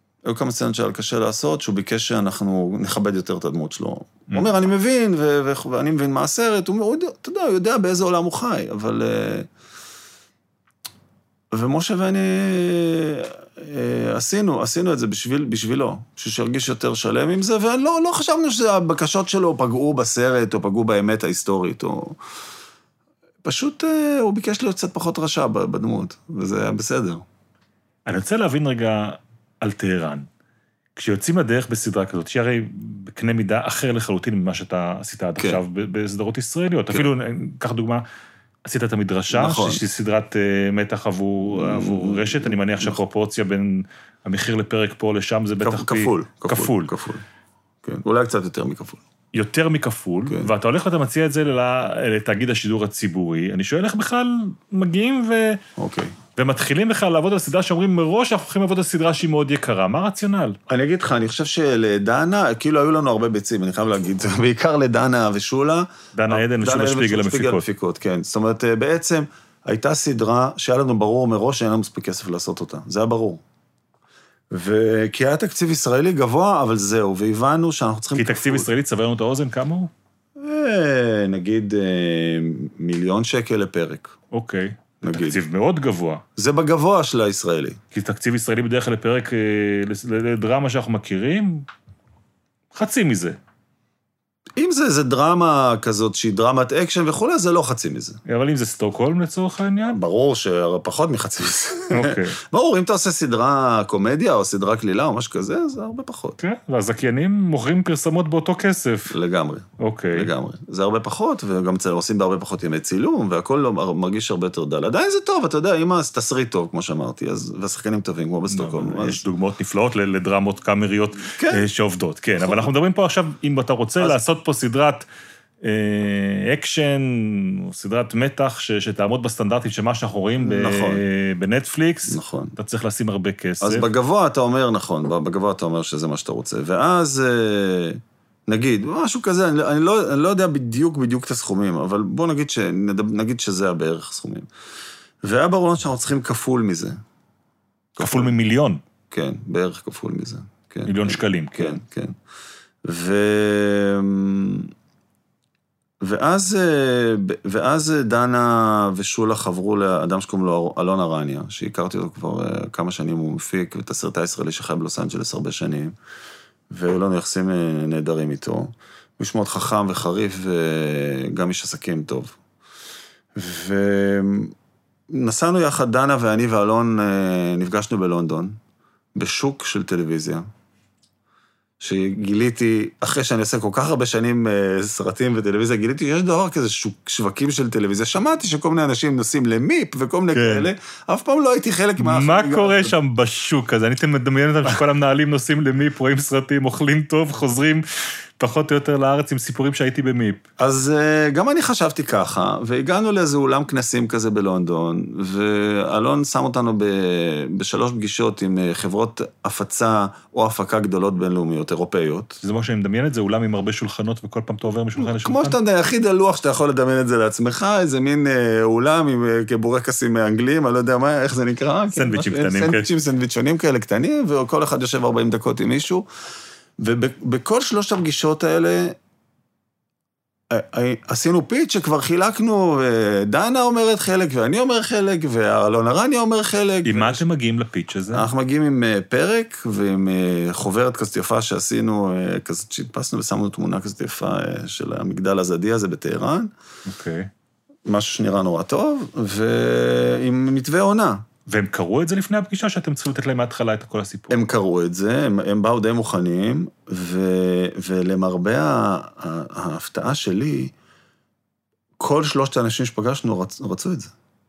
שהוא ביקש שאנחנו נכבד יותר את הדמות שלו. הוא אומר, אני מבין, ואני מבין מה הסרט, הוא יודע באיזה עולם הוא חי, אבל... ומשה ואני עשינו את זה בשבילו, שהרגיש יותר שלם עם זה, ולא חשבנו שהבקשות שלו פגעו בסרט, או פגעו באמת ההיסטורית, או... פשוט הוא ביקש להיות קצת פחות רשע בדמות, וזה היה בסדר. אני רוצה להבין רגע על טהרן. כשיוצאים לדרך בסדרה כזאת, שהרי בקנה מידה אחר לחלוטין ממה שאתה עשית עד עכשיו בסדרות ישראליות. אפילו, קח דוגמה, עשית את המדרשה, שהיא סדרת מתח עבור רשת, אני מניח שהפרופורציה בין המחיר לפרק פה לשם זה בטח כפול. כן, אולי קצת יותר מכפול. יותר מכפול, ואתה הולך ואתה מציע את זה לתאגיד השידור הציבורי. אני שואל איך בכלל מגיעים ומתחילים בכלל לעבוד על סדרה שאומרים מראש אנחנו הולכים לעבוד על סדרה שהיא מאוד יקרה. מה הרציונל? אני אגיד לך, אני חושב שלדנה, כאילו היו לנו הרבה ביצים, אני חייב להגיד, בעיקר לדנה ושולה. דנה עדן ושולה שפיגל המפיקות. כן, זאת אומרת, בעצם הייתה סדרה שהיה לנו ברור מראש שאין לנו מספיק כסף לעשות אותה. זה היה ברור. וכי היה תקציב ישראלי גבוה, אבל זהו, והבנו שאנחנו צריכים... כי תקציב ישראלי צבר לנו את האוזן, כמה הוא? נגיד 1,000,000 שקל לפרק. אוקיי. תקציב מאוד גבוה. זה בגבוה של הישראלי. כי תקציב ישראלי בדרך כלל לפרק, לדרמה שאנחנו מכירים, חצי מזה. אם זה איזה דרמה כזאת, שהיא דרמת אקשן וכולי, זה לא חצי מזה. אבל אם זה סטוקהולם לצורך העניין? ברור שפחות מחצי מזה. אוקיי. ברור, אם אתה עושה סדרה קומדיה או סדרה כלילה או משהו כזה, זה הרבה פחות. כן, והזכיינים מוכרים פרסמות באותו כסף. לגמרי. אוקיי. לגמרי. זה הרבה פחות, וגם עושים בהרבה פחות ימי צילום, והכל מרגיש הרבה יותר דל. עדיין זה טוב, אתה יודע, אם התסריט טוב, כמו שאמרתי, והשחקנים טובים, כמו בסטוקהולם. יש דוגמאות נפלאות לדרמות קאמריות שעובדות, כן. אבל אנחנו מדברים פה עכשיו, אם אתה רוצה לעשות פה סדרת אקשן, או סדרת מתח שתעמוד בסטנדרטים של מה שאנחנו רואים בנטפליקס, אתה צריך לשים הרבה כסף. אז בגבוה אתה אומר, נכון, בגבוה אתה אומר שזה מה שאתה רוצה. ואז, נגיד, משהו כזה, אני לא יודע בדיוק את הסכומים, אבל בוא נגיד שזה בערך הסכומים. והיה ברור שאנחנו צריכים כפול מזה. כפול ממיליון? כן, בערך כפול מזה. מיליון שקלים. כן, כן. ואז דנה ושולה חברו לאדם שקוראים לו אלון ארניה, שהכרתי אותו כבר כמה שנים, הוא מפיק את הסרט הישראלי שחי בלוס אנג'לס הרבה שנים, והיו לנו יחסים נהדרים איתו. הוא איש מאוד חכם וחריף, וגם איש עסקים טוב. ונסענו יחד, דנה ואני ואלון נפגשנו בלונדון, בשוק של טלוויזיה, שגיליתי, אחרי שאני עושה כל כך הרבה שנים סרטים וטלוויזיה, גיליתי שיש דבר כזה שווקים של טלוויזיה. שמעתי שכל מיני אנשים נוסעים למיפ וכל מיני כאלה, אף פעם לא הייתי חלק מה קורה שם בשוק הזה? אני מדמיין אותם שכל המנהלים נוסעים למיפ, רואים סרטים, אוכלים טוב, חוזרים פחות או יותר לארץ עם סיפורים שהייתי במיפ. אז גם אני חשבתי ככה, והגענו לאיזה אולם כנסים כזה בלונדון, ואלון שם אותנו בשלוש פגישות עם חברות הפצה או הפקה גדולות בינלאומיות, אירופאיות. זה מה שאני מדמיין את זה, אולם עם הרבה שולחנות, וכל פעם אתה עובר משולחן לשולחן. כמו שאתה יודע, הכי דלוח שאתה יכול לדמיין את זה לעצמך, איזה מין אולם עם כבורקסים אנגלים, אני לא יודע מה, איך זה נקרא. סנדוויצ'ים קטנים. סנדוויצ'ונים כאלה קטנים, וכל אחד יושב 40 דקות עם מישהו. ובכל שלושת הפגישות האלה, עשינו פיץ' שכבר חילקנו, דנה אומרת חלק, ואני אומר חלק, ואלון ארניה אומר חלק. עם מה אתם מגיעים לפיץ' הזה? אנחנו מגיעים עם פרק, ועם חוברת כזאת יפה שעשינו, כזאת שהדפסנו ושמנו תמונה כזאת יפה של המגדל הזדי הזה בטהרן. אוקיי. משהו שנראה נורא טוב, ועם מתווה עונה. והם קראו את זה לפני הפגישה, שאתם צריכים לתת להם מההתחלה את כל הסיפור? הם קראו את זה, הם באו די מוכנים, ולמרבה ההפתעה שלי, כל שלושת האנשים שפגשנו רצו את זה.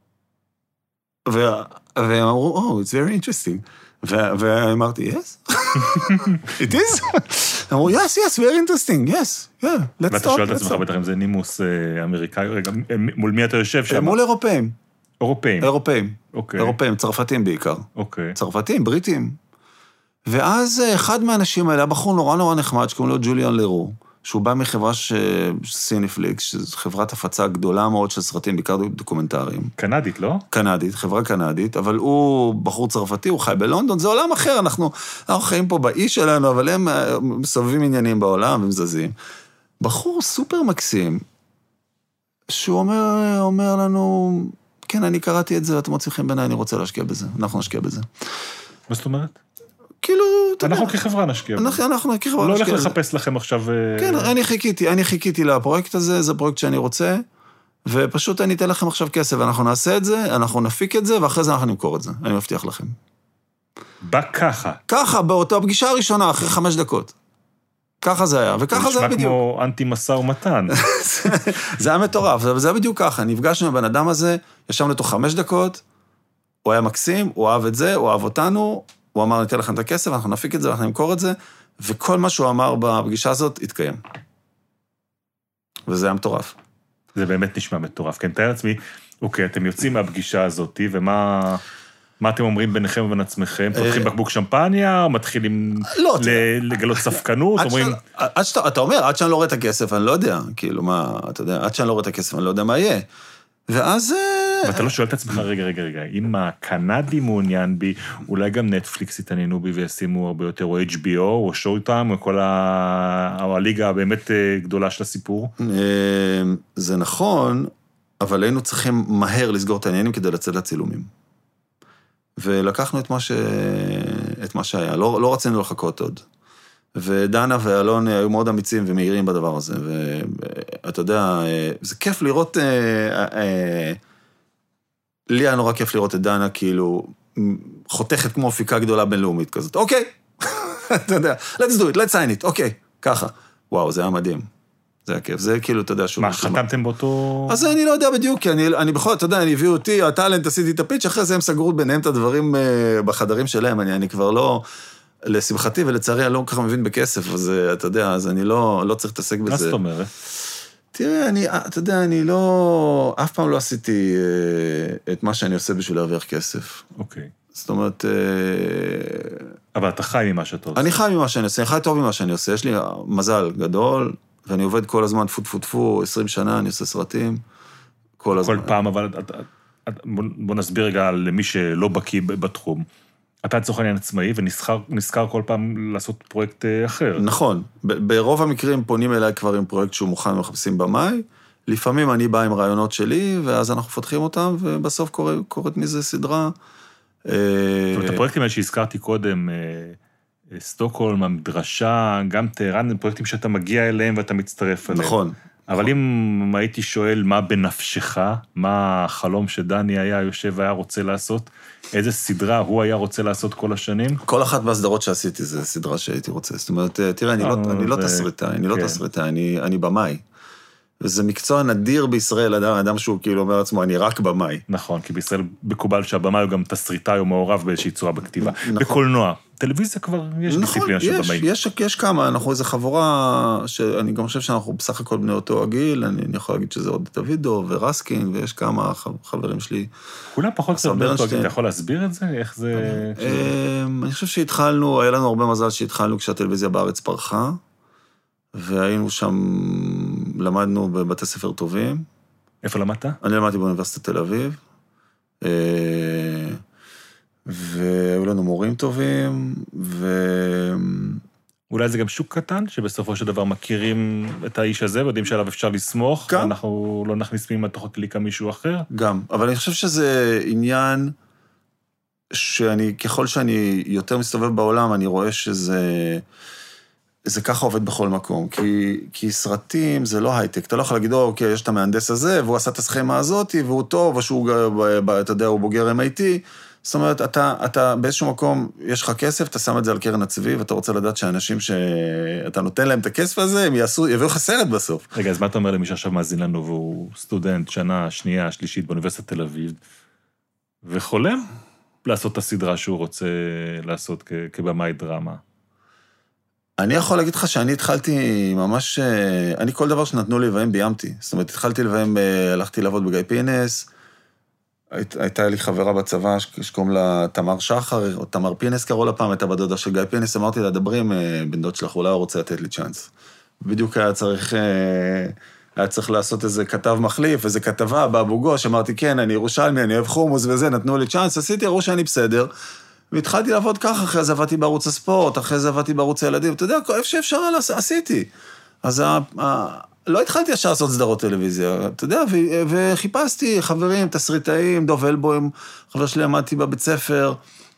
והם אמרו, it's very interesting. ואמרתי, yes? It is? אמרו, yes, very interesting, yes, yeah, let's talk. ואתה שואל את עצמך בטח אם זה נימוס אמריקאי, רגע, מול מי אתה יושב שם? מול אירופאים. אירופאים. אירופאים, צרפתים בעיקר. צרפתים, בריטים. ואז אחד מהאנשים האלה, הבחור נורא נחמד, שקוראים לו ג'וליאן לרו, שהוא בא מחברה סיניפליקס, שזו חברת הפצה גדולה מאוד של סרטים, בעיקר דוקומנטריים. קנדית, לא? קנדית, חברה קנדית, אבל הוא בחור צרפתי, הוא חי בלונדון, זה עולם אחר, אנחנו חיים פה באי שלנו, אבל הם מסובבים עניינים בעולם ומזזים. בחור סופר מקסים, שהוא אומר לנו, כן, אני קראתי את זה, אתם מצליחים בעיניי, אני רוצה להשקיע בזה, אנחנו נשקיע בזה. מה זאת אומרת? כאילו, אנחנו כחברה נשקיע בזה. אנחנו כחברה לא נשקיע הולך לחפש לכם עכשיו... כן, אני חיכיתי לפרויקט הזה, זה פרויקט שאני רוצה, ופשוט אני אתן לכם עכשיו כסף, ואנחנו נעשה את זה, אנחנו נפיק את זה, ואחרי זה אנחנו נמכור את זה, אני מבטיח לכם. ככה? ככה, באותה פגישה הראשונה, אחרי 5 דקות. ככה זה היה, וככה זה היה בדיוק. נשמע כמו אנטי מסע ומתן. זה היה מטורף, זה היה בדיוק ככה, נפגשנו עם הבן אדם הזה, ישבנו לתוך 5 דקות, הוא היה מקסים, הוא אהב את זה, הוא אהב אותנו, הוא אמר, ניתן לכם את הכסף, אנחנו נפיק את זה, אנחנו נמכור את זה, וכל מה שהוא אמר בפגישה הזאת, התקיים. וזה היה מטורף. זה באמת נשמע מטורף, כן, תאר לעצמי, אוקיי, אתם יוצאים מהפגישה הזאת, ומה אתם אומרים ביניכם ובין עצמכם? פותחים בקבוק שמפניה, או מתחילים לגלות ספקנות? אתה אומר, עד שאני לא רואה את הכסף, אני לא יודע, כאילו מה, אתה יודע, עד שאני לא רואה את הכסף, אני לא יודע מה יהיה. ואז... ואתה לא שואל את עצמך, רגע, אם הקנדי מעוניין בי, אולי גם נטפליקס יתעניינו בי וישימו הרבה יותר, או HBO, או שואו-טיים, או כל הליגה הבאמת גדולה של הסיפור? זה נכון, אבל היינו צריכים מהר לסגור את העניינים כדי לצאת לצילומים. ולקחנו את מה שהיה, לא רצינו לחכות עוד. ודנה ואלון היו מאוד אמיצים ומהירים בדבר הזה, ואתה יודע, זה כיף לראות, לי היה נורא כיף לראות את דנה, כאילו, חותכת כמו אופיקה גדולה בינלאומית כזאת, אוקיי, אתה יודע, let's do it, let's sign it, אוקיי, ככה, וואו, זה היה מדהים, זה היה כיף, זה כאילו, אתה יודע, מה, חתמתם באותו... אז אני לא יודע בדיוק, כי אני בכל זאת, אתה יודע, אני הביאו אותי, הטלנט, עשיתי את הפיץ', אחרי זה הם סגרו ביניהם את הדברים בחדרים שלהם, אני כבר לא... לשמחתי ולצערי, אני לא כל כך מבין בכסף, אז אתה יודע, אז אני לא צריך להתעסק בזה. מה זאת אומרת? תראה, אתה יודע, אני לא, אף פעם לא עשיתי את מה שאני עושה בשביל להרוויח כסף. אוקיי. זאת אומרת... אבל אתה חי ממה שאתה עושה. אני חי ממה שאני עושה, אני חי טוב ממה שאני עושה, יש לי מזל גדול, ואני עובד כל הזמן, טפו, 20 שנה, אני עושה סרטים, כל הזמן. כל פעם, אבל בוא נסביר רגע למי שלא בקיא בתחום. אתה לצורך העניין עצמאי, ונזכר כל פעם לעשות פרויקט אחר. נכון. ברוב המקרים פונים אליי כבר עם פרויקט שהוא מוכן ומחפשים במאי, לפעמים אני בא עם רעיונות שלי, ואז אנחנו מפתחים אותם, ובסוף קורית מזה סדרה. זאת אומרת, הפרויקטים האלה שהזכרתי קודם, סטוקהולם, המדרשה, גם טהרן, הם פרויקטים שאתה מגיע אליהם ואתה מצטרף אליהם. נכון. אבל אם הייתי שואל מה בנפשך, מה החלום שדני היה יושב והיה רוצה לעשות, איזה סדרה הוא היה רוצה לעשות כל השנים? כל אחת מהסדרות שעשיתי זה סדרה שהייתי רוצה. זאת אומרת, תראה, אני לא תסריטאי, אני במאי. וזה מקצוע נדיר בישראל, אדם שהוא כאילו אומר לעצמו, אני רק במאי. נכון, כי בישראל מקובל שהבמאי הוא גם תסריטאי או מעורב באיזושהי צורה בכתיבה. בקולנוע. טלוויזיה כבר יש דיסציפלינה של במאי. יש כמה, אנחנו איזו חבורה, שאני גם חושב שאנחנו בסך הכל בני אותו הגיל, אני יכול להגיד שזה עוד דוידו ורסקין, ויש כמה חברים שלי. כולם פחות קצת בני אותו הגיל, אתה יכול להסביר את זה? איך זה... אני חושב שהתחלנו, היה לנו הרבה מזל שהתחלנו כשהטלוויזיה בארץ פרחה, והיינו שם, למדנו בבתי ספר טובים. איפה למדת? אני למדתי באוניברסיטת תל אביב, והיו לנו מורים טובים, אולי זה גם שוק קטן, שבסופו של דבר מכירים את האיש הזה, ויודעים שעליו אפשר לסמוך, ואנחנו לא נכניס פנימה תוך הקליקה מישהו אחר. גם, אבל אני חושב שזה עניין ככל שאני יותר מסתובב בעולם, אני רואה זה ככה עובד בכל מקום, כי סרטים זה לא הייטק, אתה לא יכול להגיד, אוקיי, יש את המהנדס הזה, והוא עשה את הסכמה הזאת, והוא טוב, או שהוא, אתה יודע, הוא בוגר MIT, זאת אומרת, אתה באיזשהו מקום, יש לך כסף, אתה שם את זה על קרן הצבי, ואתה רוצה לדעת שאנשים שאתה נותן להם את הכסף הזה, הם יביאו לך סרט בסוף. רגע, אז מה אתה אומר למי שעכשיו מאזין לנו, והוא סטודנט, שנה, שנייה, שלישית, באוניברסיטת תל אביב, וחולם לעשות את הסדרה שהוא רוצה לעשות כבמאי דרמה? אני יכול להגיד לך שאני התחלתי ממש, אני כל דבר שנתנו לי לביים ביימתי. זאת אומרת, התחלתי לביים, הלכתי לעבוד בגיא פינס, הייתה לי חברה בצבא שקוראים לה תמר שחר, או תמר פינס קראו לה פעם, הייתה בדודה של גיא פינס, אמרתי לה, דברים, בן דוד שלך, אולי הוא רוצה לתת לי צ'אנס. בדיוק היה צריך לעשות איזה כתב מחליף, איזה כתבה באבו גוש, אמרתי, כן, אני ירושלמי, אני אוהב חומוס וזה, נתנו לי צ'אנס, עשיתי, הראו שאני בסדר, והתחלתי לעבוד ככה, אחרי זה עבדתי בערוץ הספורט, אחרי זה עבדתי בערוץ הילדים, אתה יודע, איפה שאפשר עשיתי. אז לא התחלתי ישר לעשות סדרות טלוויזיה, אתה יודע, וחיפשתי חברים, תסריטאים, דוב אלבוים, חבר שלי עמדתי בבית ספר,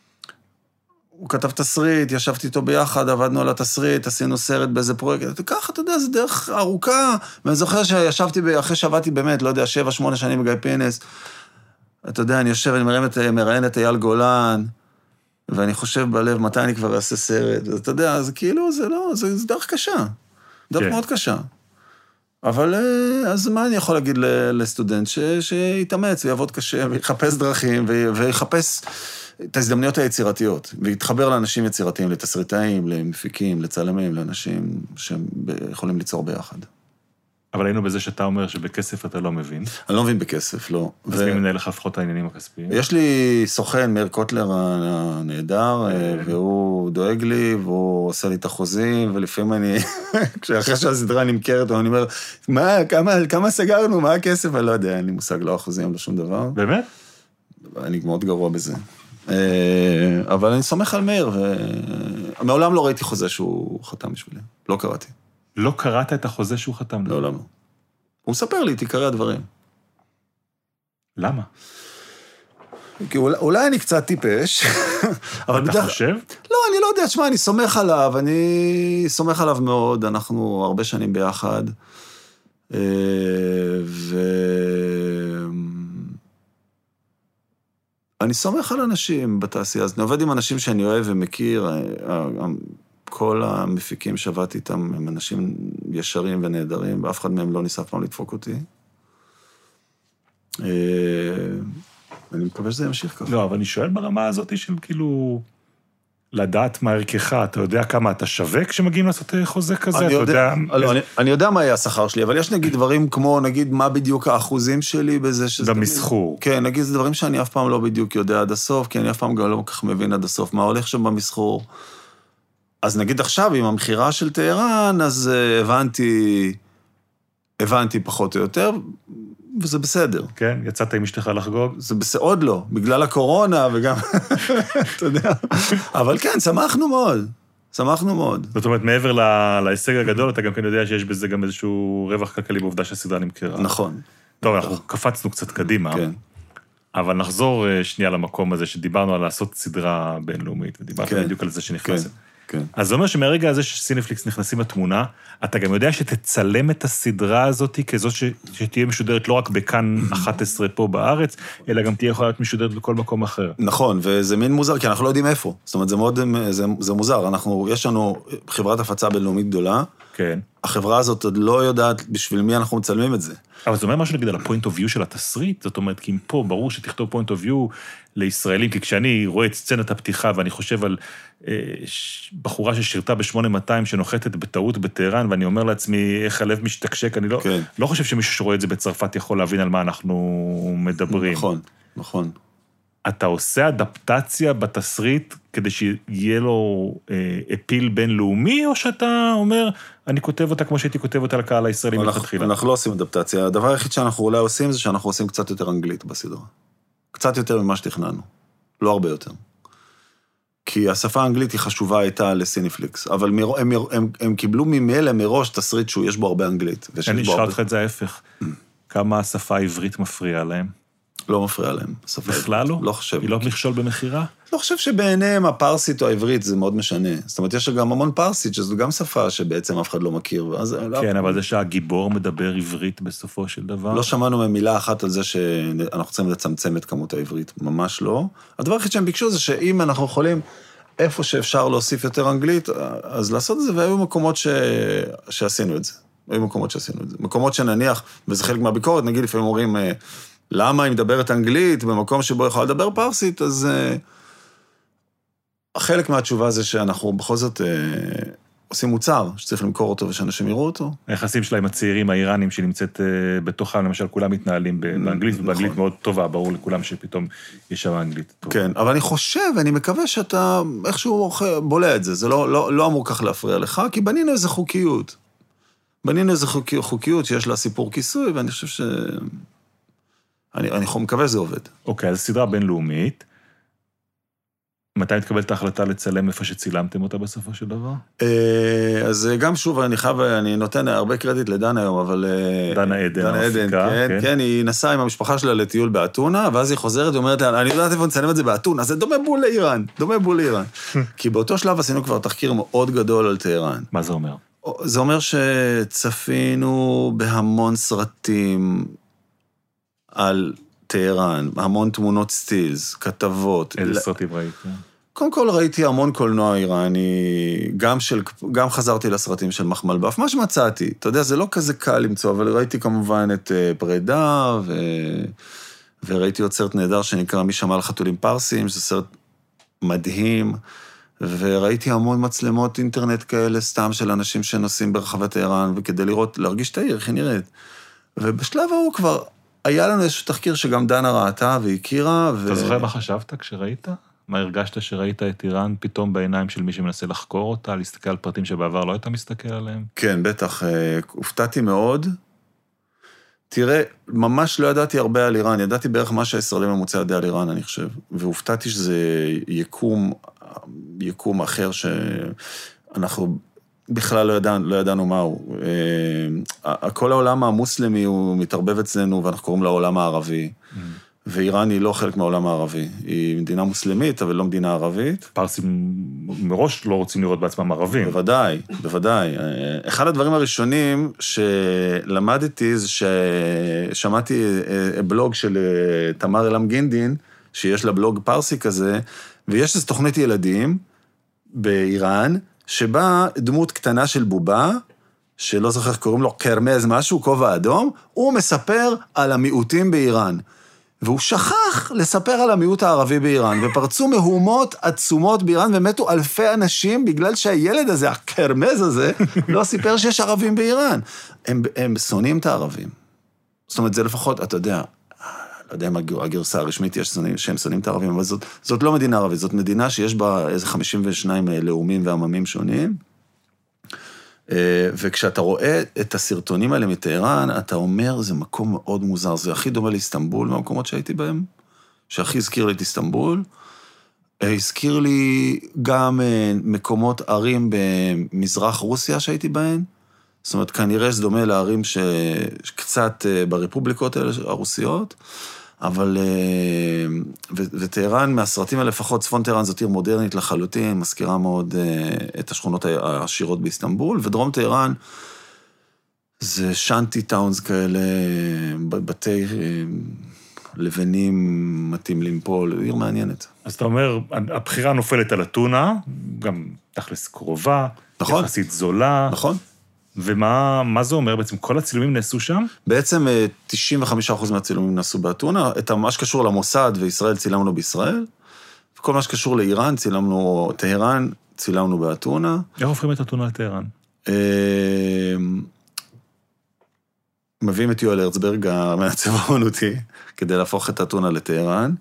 הוא כתב תסריט, ישבתי איתו ביחד, עבדנו על התסריט, עשינו סרט באיזה פרויקט, ככה, אתה יודע, זה דרך ארוכה, ואני זוכר שישבתי, אחרי שעבדתי באמת, לא יודע, 7-8 שנים בגיא פינס, אתה יודע, אני יושב, אני מראיין את אייל גולן, ואני חושב בלב, מתי אני כבר אעשה סרט, אתה יודע, זה כאילו, זה לא, זה דרך קשה, דרך מאוד קשה. אבל אז מה אני יכול להגיד לסטודנט שיתאמץ ויעבוד קשה ויחפש דרכים ויחפש את ההזדמנויות היצירתיות ויתחבר לאנשים יצירתיים, לתסריטאים, למפיקים, לצלמים, לאנשים שהם יכולים ליצור ביחד. אבל היינו בזה שאתה אומר שבכסף אתה לא מבין. אני לא מבין בכסף, לא. אז מי מנהל לך לפחות העניינים הכספיים? יש לי סוכן, מאיר קוטלר הנהדר, והוא דואג לי, והוא עושה לי את החוזים, ולפעמים אני, אחרי שהסדרה נמכרת, אני אומר, כמה סגרנו, מה הכסף? אני לא יודע, אין לי מושג, לא החוזים, לא שום דבר. באמת? אני מאוד גרוע בזה. אבל אני סומך על מאיר, ומעולם לא ראיתי חוזה שהוא חתם בשבילי. לא קראתי. לא קראת את החוזה שהוא חתם? לא, למה? הוא מספר לי, תקרא הדברים. למה? כי אולי אני קצת טיפש, אבל אתה חושב? לא, אני לא יודע, תשמע, אני סומך עליו מאוד, אנחנו הרבה שנים ביחד, אני סומך על אנשים בתעשייה, אז אני עובד עם אנשים שאני אוהב ומכיר, כל המפיקים שעבדתי איתם הם אנשים ישרים ונהדרים, ואף אחד מהם לא ניסה פעם לדפוק אותי. אני מקווה שזה ימשיך ככה. לא, אבל אני שואל ברמה הזאת של כאילו, לדעת מה ערכך, אתה יודע כמה אתה שווה כשמגיעים לעשות חוזה כזה? אני יודע מה יהיה השכר שלי, אבל יש נגיד דברים כמו, נגיד, מה בדיוק האחוזים שלי בזה במסחור. כן, נגיד, זה דברים שאני אף פעם לא בדיוק יודע עד הסוף, כי אני אף פעם גם לא כך מבין עד הסוף מה הולך שם במסחור. אז נגיד עכשיו, עם המחירה של טהרן, אז הבנתי פחות או יותר, וזה בסדר. כן, יצאת עם אשתך לחגוג? זה בסדר, עוד לא, בגלל הקורונה וגם, אתה יודע. אבל כן, שמחנו מאוד. זאת אומרת, מעבר להישג הגדול, אתה גם כן יודע שיש בזה גם איזשהו רווח כלכלי בעובדה שהסדרה נמכרה. נכון. טוב, אנחנו קפצנו קצת קדימה. כן. אבל נחזור שנייה למקום הזה, שדיברנו על לעשות סדרה בינלאומית, ודיברנו בדיוק על זה שנכנסת. כן. אז זה אומר שמהרגע הזה שסינפליקס נכנסים לתמונה, אתה גם יודע שתצלם את הסדרה הזאת כזאת שתהיה משודרת לא רק בכאן 11 פה בארץ, אלא גם תהיה יכולה להיות משודרת בכל מקום אחר. נכון, וזה מין מוזר, כי אנחנו לא יודעים איפה. זאת אומרת, זה מוזר. יש לנו חברת הפצה בינלאומית גדולה, כן. החברה הזאת עוד לא יודעת בשביל מי אנחנו מצלמים את זה. אבל זה אומר משהו נגיד על ה-point of view של התסריט, זאת אומרת, כי אם פה ברור שתכתוב point of view לישראלים, כי כשאני רואה את סצנת הפתיחה ואני חושב על בחורה ששירתה ב-8200 שנוחתת בטעות בטהרן, ואני אומר לעצמי איך הלב משתקשק, אני לא חושב שמישהו שרואה את זה בצרפת יכול להבין על מה אנחנו מדברים. נכון. אתה עושה אדפטציה בתסריט כדי שיהיה לו אפיל בינלאומי, או שאתה אומר, אני כותב אותה כמו שהייתי כותב אותה לקהל הישראלי מלכתחילה? אנחנו לא עושים אדפטציה. הדבר היחיד שאנחנו אולי עושים זה שאנחנו עושים קצת יותר אנגלית בסדרה. קצת יותר ממה שתכננו. לא הרבה יותר. כי השפה האנגלית היא חשובה הייתה לסינפליקס, אבל הם קיבלו ממילא מראש תסריט שיש בו הרבה אנגלית. אני אשאל אותך את זה ההפך. כמה השפה העברית מפריעה להם? לא מפריע להם. בכלל לא? לא חושב. היא לא מכשול במחירה? לא חושב שבעיניהם הפרסית או העברית זה מאוד משנה. זאת אומרת, יש גם המון פרסית, שזו גם שפה שבעצם אף אחד לא מכיר. כן, אבל זה שהגיבור מדבר עברית בסופו של דבר? לא שמענו ממילה אחת על זה שאנחנו צריכים לצמצם את כמות העברית. ממש לא. הדבר הכי שהם ביקשו זה שאם אנחנו יכולים איפה שאפשר להוסיף יותר אנגלית, אז לעשות את זה, והיו מקומות שעשינו את זה. מקומות שנניח, וזה חלק מהביקורת, נגיד לפעמים אומרים, למה היא מדברת אנגלית במקום שבו יכולה לדבר פרסית, אז חלק מהתשובה זה שאנחנו בכל זאת עושים מוצר שצריך למכור אותו ושאנשים יראו אותו. היחסים שלהם הצעירים האיראנים שנמצאת בתוכם, למשל כולם מתנהלים באנגלית, ובאנגלית מאוד טובה, ברור לכולם שפתאום יש שם אנגלית. כן, אבל אני חושב, אני מקווה שאתה איכשהו בולע את זה, זה לא אמור כך להפריע לך, כי בנינו איזו חוקיות. שיש לה סיפור כיסוי, ואני חושב ש... אני מקווה שזה עובד. אוקיי, אז סדרה בינלאומית, מתי מתקבלת את ההחלטה לצלם איפה שצילמתם אותה בסופו של דבר? אז גם שוב, אני נותן הרבה קרדיט לדן היום, אבל... דנה עדן, כן, היא נסעה עם המשפחה שלה לטיול באתונה, ואז היא חוזרת ואומרת לה, אני יודעת איפה נצלם את זה באתונה, זה דומה בול לאיראן. כי באותו שלב עשינו כבר תחקיר מאוד גדול על טהרן. מה זה אומר? זה אומר שצפינו בהמון סרטים על טהרן, המון תמונות סטילס, כתבות. איזה סרטים ראית? קודם כל ראיתי המון קולנוע איראני, גם חזרתי לסרטים של מחמל-באף, מה שמצאתי, אתה יודע, זה לא כזה קל למצוא, אבל ראיתי כמובן את פרידה, וראיתי עוד סרט נהדר שנקרא מי שמע על חתולים פרסים, שזה סרט מדהים, וראיתי המון מצלמות אינטרנט כאלה, סתם של אנשים שנוסעים ברחבי טהרן, וכדי להרגיש את העיר, איך היא נראית. ובשלב ההוא כבר היה לנו איזשהו תחקיר שגם דנה ראתה והכירה. אתה זוכר מה חשבת כשראית? מה הרגשת שראית את איראן פתאום בעיניים של מי שמנסה לחקור אותה, להסתכל על פרטים שבעבר לא היית מסתכל עליהם? כן, בטח. הופתעתי מאוד. תראה, ממש לא ידעתי הרבה על איראן, ידעתי בערך מה שהישראלים ממוצע יודע על איראן, אני חושב. והופתעתי שזה יקום אחר שאנחנו בכלל לא ידענו מהו. כל העולם המוסלמי הוא מתערבב אצלנו, ואנחנו קוראים לו העולם הערבי. ואיראן היא לא חלק מהעולם הערבי. היא מדינה מוסלמית, אבל לא מדינה ערבית. פרסים מראש לא רוצים לראות בעצמם ערבים. בוודאי, בוודאי. אחד הדברים הראשונים שלמדתי זה ששמעתי בלוג של תמר אלעם גינדין, שיש לה בלוג פרסי כזה, ויש איזו תוכנית ילדים באיראן, שבה דמות קטנה של בובה, שלא זוכר איך קוראים לו, קרמז משהו, כובע אדום, הוא מספר על המיעוטים באיראן. והוא שכח לספר על המיעוט הערבי באיראן, ופרצו מהומות עצומות באיראן, ומתו אלפי אנשים, בגלל שהילד הזה, הקרמז הזה, לא סיפר שיש ערבים באיראן. הם שונאים את הערבים. זאת אומרת, זה לפחות, אתה יודע, לא יודע מה הגרסה הרשמית יש שהם שונאים את הערבים, אבל זאת לא מדינה ערבית, זאת מדינה שיש בה איזה 52 לאומים ועממים שונים, וכשאתה רואה את הסרטונים האלה מטהרן, אתה אומר, זה מקום מאוד מוזר, זה הכי דומה לאיסטנבול, מהמקומות שהייתי בהם, שהכי הזכיר לי את איסטנבול, הזכיר לי גם מקומות ערים במזרח רוסיה שהייתי בהן, זאת אומרת, כנראה זה דומה לערים שקצת ברפובליקות האלה הרוסיות, אבל, וטהרן, מהסרטים האלה, לפחות צפון טהרן זאת עיר מודרנית לחלוטין, מזכירה מאוד את השכונות העשירות באיסטנבול, ודרום טהרן זה שנטי טאונס כאלה, בתי לבנים מתאים לימפול, עיר מעניינת. אז אתה אומר, הבחירה נופלת על אתונה, גם תכלס קרובה, נכון. יחסית זולה. נכון. ומה זה אומר בעצם? כל הצילומים נעשו שם? בעצם 95% מהצילומים נעשו באתונה, את מה שקשור למוסד וישראל צילמנו בישראל, וכל מה שקשור לאיראן צילמנו, טהרן צילמנו באתונה. איך הופכים את אתונה לטהרן? מביאים את יואל הרצברג, המעצב האמנותי, כדי להפוך את אתונה לטהרן,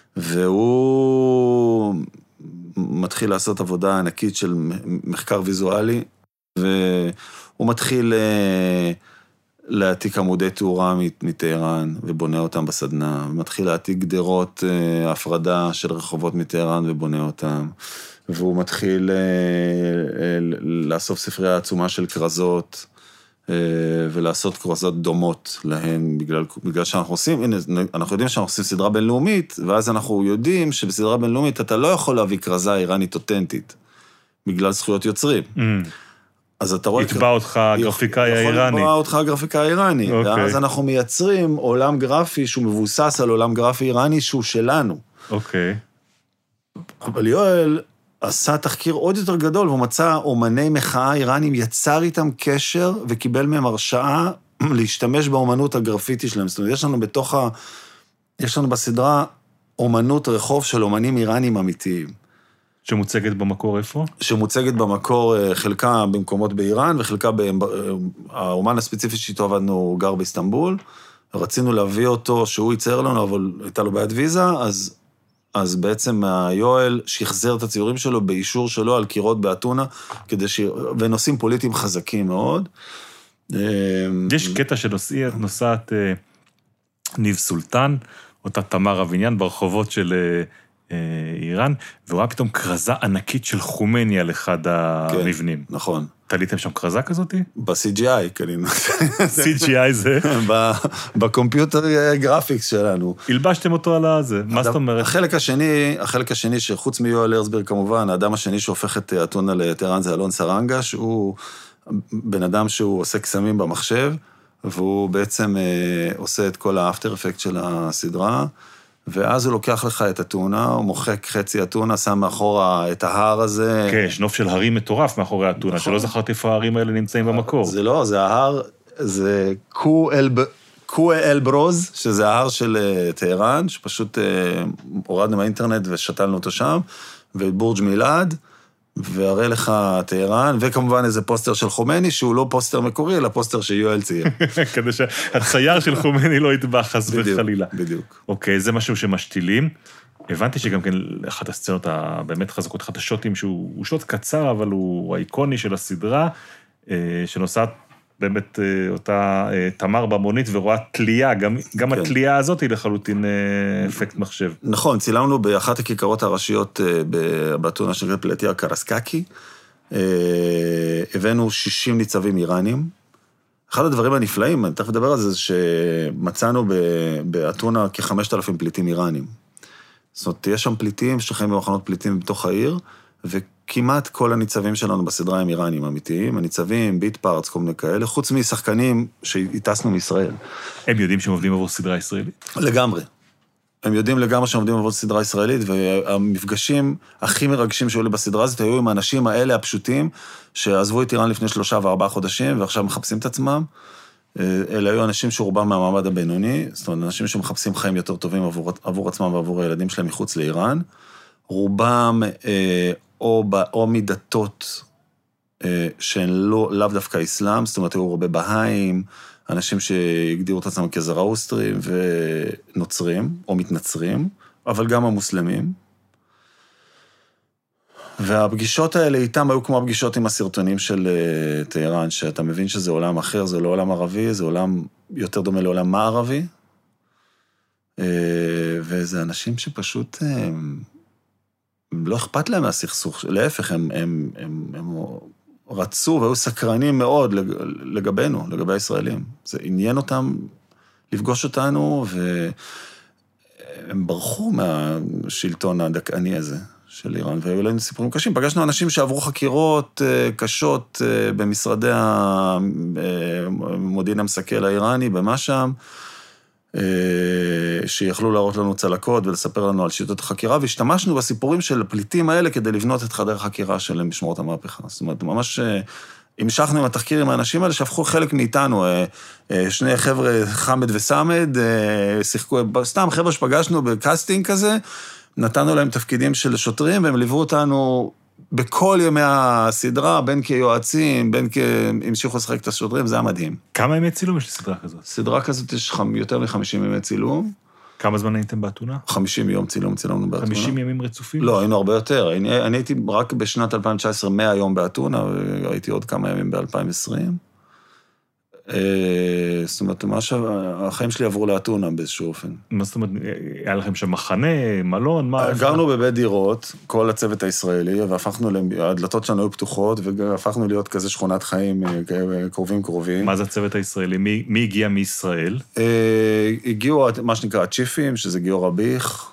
והוא מתחיל לעשות עבודה ענקית של מחקר ויזואלי, והוא מתחיל להעתיק עמודי תאורה מטהרן, ובונה אותם בסדנה, ומתחיל להעתיק גדרות הפרדה של רחובות מטהרן, ובונה אותם, והוא מתחיל לאסוף ספרייה עצומה של קרזות, ולעשות קרזות דומות להן, בגלל שאנחנו עושים, הנה, אנחנו יודעים שאנחנו עושים סדרה בינלאומית, ואז אנחנו יודעים שבסדרה בינלאומית אתה לא יכול להביא קרזה איראנית אותנטית, בגלל זכויות יוצרים. אז אתה רואה... יתבע אותך הגרפיקאי האיראני. יכול לתבע אותך הגרפיקאי האיראני. ואז אנחנו מייצרים עולם גרפי שהוא מבוסס על עולם גרפי איראני שהוא שלנו. אוקיי. אבל יואל עשה תחקיר עוד יותר גדול, והוא מצא אומני מחאה איראנים, יצר איתם קשר וקיבל מהם הרשאה להשתמש באומנות הגרפיטי שלהם. זאת אומרת, יש לנו בסדרה אומנות רחוב של אומנים איראנים אמיתיים. שמוצגת במקור איפה? שמוצגת במקור חלקה במקומות באיראן, וחלקה האומן הספציפי שאיתו עבדנו גר באיסטנבול, רצינו להביא אותו שהוא ייצר לנו, אבל הייתה לו בעד ויזה, אז בעצם יואל שחזר את הציורים שלו באישור שלו על קירות באתונה, ונושאים פוליטיים חזקים מאוד. יש קטע שנוסעת ניב סולטן, אותה תמר אביניאן ברחובות של איראן, ורואה פתאום קרזה ענקית של חומני על אחד המבנים. נכון. תליתם שם קרזה כזאת? ב-CGI, קנינו. CGI זה? בקומפיוטר גרפיקס שלנו. הלבשתם אותו על הזה, מה זאת אומרת? החלק השני, שחוץ מיואל הרצברג כמובן, האדם השני שהופך את אתונה לטהרן זה אלון סרנגה, שהוא בן אדם שהוא עושה קסמים במחשב, והוא בעצם עושה את כל האפטר אפקט של הסדרה, ואז הוא לוקח לך את אתונה, הוא מוחק חצי אתונה, שם מאחורה את ההר הזה. כן, יש נוף של הרים מטורף מאחורי אתונה, שלא זכרתי איפה ההרים האלה נמצאים במקור. זה לא, זה ההר, זה קואה אל ברוז, שזה ההר של טהרן, שפשוט הורדנו מהאינטרנט ושתלנו אותו שם, ובורג' מילעד, והראה לך טהרן, וכמובן איזה פוסטר של חומני, שהוא לא פוסטר מקורי, אלא פוסטר שיואל צייר. כדי שהצייר של חומני לא יתבע חס וחלילה. בדיוק. אוקיי, זה משהו שמשתילים. הבנתי שגם כן, אחת הסצנות הבאמת חזקות, אחת השוטים, שהוא שוט קצר, אבל הוא האיקוני של הסדרה, שנוסעת באמת אותה תמר במונית, ורואה תלייה, גם התלייה הזאת היא לחלוטין אפקט מחשב. נכון, צילמנו באחת הכיכרות הראשיות באתונה של פלטיה קרסקקי, הבאנו 60 ניצבים איראנים, אחד הדברים הנפלאים, אני תכף אדבר על זה, שמצאנו באתונה כ-5,000 פליטים איראנים. זאת אומרת, יש שם פליטים שחיים במחנות פליטים בתוך העיר, וכמעט כל הניצבים שלנו בסדרה הם איראנים אמיתיים, הניצבים, ביט פארטס, כל מיני כאלה, חוץ משחקנים שהטסנו מישראל. הם יודעים שהם עובדים עבור סדרה ישראלית? לגמרי. הם יודעים לגמרי שהם עובדים עבור סדרה ישראלית, והמפגשים הכי מרגשים שהיו לי בסדרה הזאת, היו עם האנשים האלה הפשוטים, שעזבו את איראן לפני 3 ו4 חודשים, ועכשיו מחפשים את עצמם. אלה היו אנשים שרובם מהמעמד הבינוני, זאת אומרת, אנשים שמחפשים חיים יותר טובים עבור עצמם ועבור הילדים שלהם מחוץ לאיראן. רובם או מדתות שהן לאו דווקא איסלאם, זאת אומרת, היו הרבה בהאים, אנשים שהגדירו את עצמם כזראוסטרים ונוצרים, או מתנצרים, אבל גם המוסלמים. והפגישות האלה איתם היו כמו הפגישות עם הסרטונים של טהרן, שאתה מבין שזה עולם אחר, זה לא עולם ערבי, זה עולם יותר דומה לעולם מערבי, וזה אנשים שפשוט לא אכפת להם מהסכסוך, להפך, הם רצו והיו סקרנים מאוד לגבינו, לגבי הישראלים. זה עניין אותם לפגוש אותנו, והם ברחו מהשלטון הדכאני הזה של איראן, והיו להם סיפורים קשים. פגשנו אנשים שעברו חקירות קשות במשרדי המודיעין המסכל האיראני, במה שם, שיכלו להראות לנו צלקות ולספר לנו על שיטות החקירה, והשתמשנו בסיפורים של הפליטים האלה כדי לבנות את חדר החקירה שלהם בשמורת המהפכה. זאת אומרת, ממש המשכנו עם התחקיר עם האנשים האלה, שהפכו חלק מאיתנו, שני חבר'ה, חמד וסמד, שיחקו, סתם חבר'ה שפגשנו בקאסטינג כזה, נתנו להם תפקידים של שוטרים, והם ליוו אותנו בכל ימי הסדרה, בין כיועצים, בין כהמשיכו לשחק את השוטרים, זה היה מדהים. כמה ימי צילום יש לסדרה כזאת? סדרה כזאת יש יותר מ-50 ימי צילום. כמה זמן הייתם באתונה? 50 יום צילמנו באתונה. 50 ימים רצופים? לא, היינו הרבה יותר. אני הייתי רק בשנת 2019 100 יום באתונה, והייתי עוד כמה ימים ב-2020. זאת אומרת, החיים שלי עברו לאתונה באיזשהו אופן. מה זאת אומרת, היה לכם שם מחנה, מלון, מה? גרנו בבית דירות, כל הצוות הישראלי, והפכנו, הדלתות שלנו היו פתוחות, והפכנו להיות כזה שכונת חיים קרובים. מה זה הצוות הישראלי? מי הגיע מישראל? הגיעו מה שנקרא הצ'יפים, שזה גיאור רביך,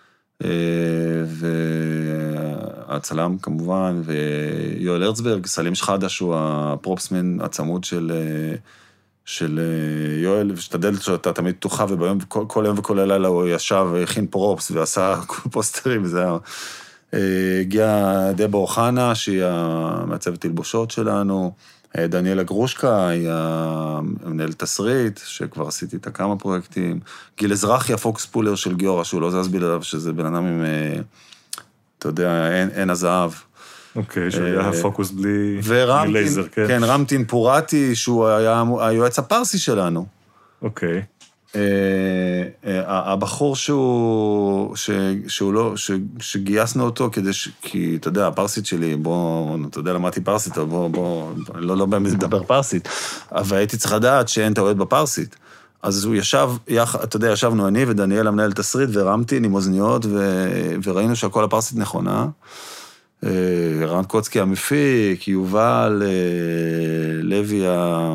והצלם כמובן, ויואל הרצברג, סלים שחדה, שהוא הפרופסמן הצמוד של יואל, ושתדלת שאתה תמיד פתוחה, וביום, כל יום וכל הלילה הוא ישב והכין פרופס, ועשה פוסטרים, וזה היה. הגיעה דבו אוחנה, שהיא מהצוות תלבושות שלנו, דניאלה גרושקה, היא המנהלת תסריט, שכבר עשיתי איתה כמה פרויקטים, גיל אזרחי, הפוקס פולר של גיורא, שהוא לא זז בלעדיו, שזה בן אדם עם, אתה יודע, אין הזהב. אוקיי, שהיה פוקוס בלי לייזר, כן. כן, רמטין פורטי, שהוא היה היועץ הפרסי שלנו. אוקיי. הבחור שגייסנו אותו כי, אתה יודע, הפרסית שלי, אתה יודע, למדתי פרסית, לא באמת לדבר פרסית, אבל הייתי צריך לדעת שאין טעויות בפרסית. אז הוא ישב, אתה יודע, ישבנו אני ודניאל המנהל תסריט, ורמטין עם אוזניות, וראינו שהכל הפרסית נכונה. רן קוצקי המפיק, יובל, לוי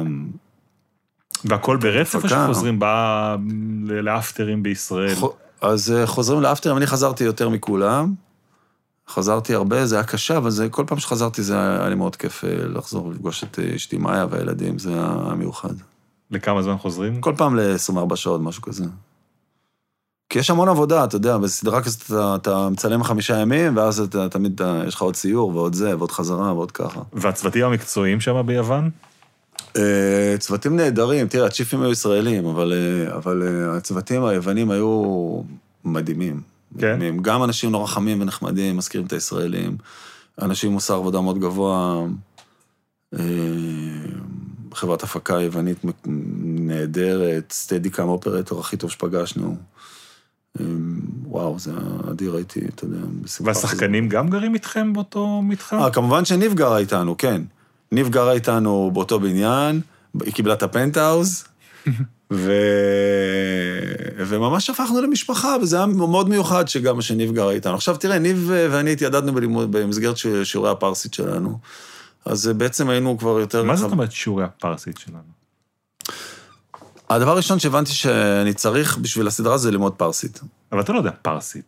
והכל ברצף או שחוזרים לאפטרים בישראל? אז חוזרים לאפטרים, אני חזרתי יותר מכולם, חזרתי הרבה, זה היה קשה, אבל כל פעם שחזרתי זה היה לי מאוד כיף לחזור ולפגוש את אשתי מאיה והילדים, זה היה מיוחד. לכמה זמן חוזרים? כל פעם ל-24 שעות, משהו כזה. כי יש המון עבודה, אתה יודע, בסדרה כזאת אתה מצלם 5 ימים, ואז תמיד יש לך עוד סיור, ועוד זה, ועוד חזרה, ועוד ככה. והצוותים המקצועיים שם ביוון? צוותים נהדרים, תראה, הצ'יפים היו ישראלים, אבל הצוותים היוונים היו מדהימים. כן. גם אנשים נורא חמים ונחמדים, מזכירים את הישראלים, אנשים מוסר עבודה מאוד גבוה, חברת הפקה יוונית נהדרת, סטדיקאם אופרטור הכי טוב שפגשנו. וואו, זה אדיר, הייתי, אתה יודע, והשחקנים גם גרים איתכם באותו מתחם? כמובן שניב גרה איתנו, כן. ניב גרה איתנו באותו בניין, היא קיבלה את הפנטהאוז, וממש הפכנו למשפחה, וזה היה מאוד מיוחד שגם שניב גרה איתנו. עכשיו תראה, ניב ואני התיידדנו במסגרת שיעורי הפרסית שלנו, אז בעצם היינו כבר יותר... מה זאת אומרת שיעורי הפרסית שלנו? הדבר הראשון שהבנתי שאני צריך בשביל הסדרה זה ללמוד פרסית. אבל אתה לא יודע פרסית.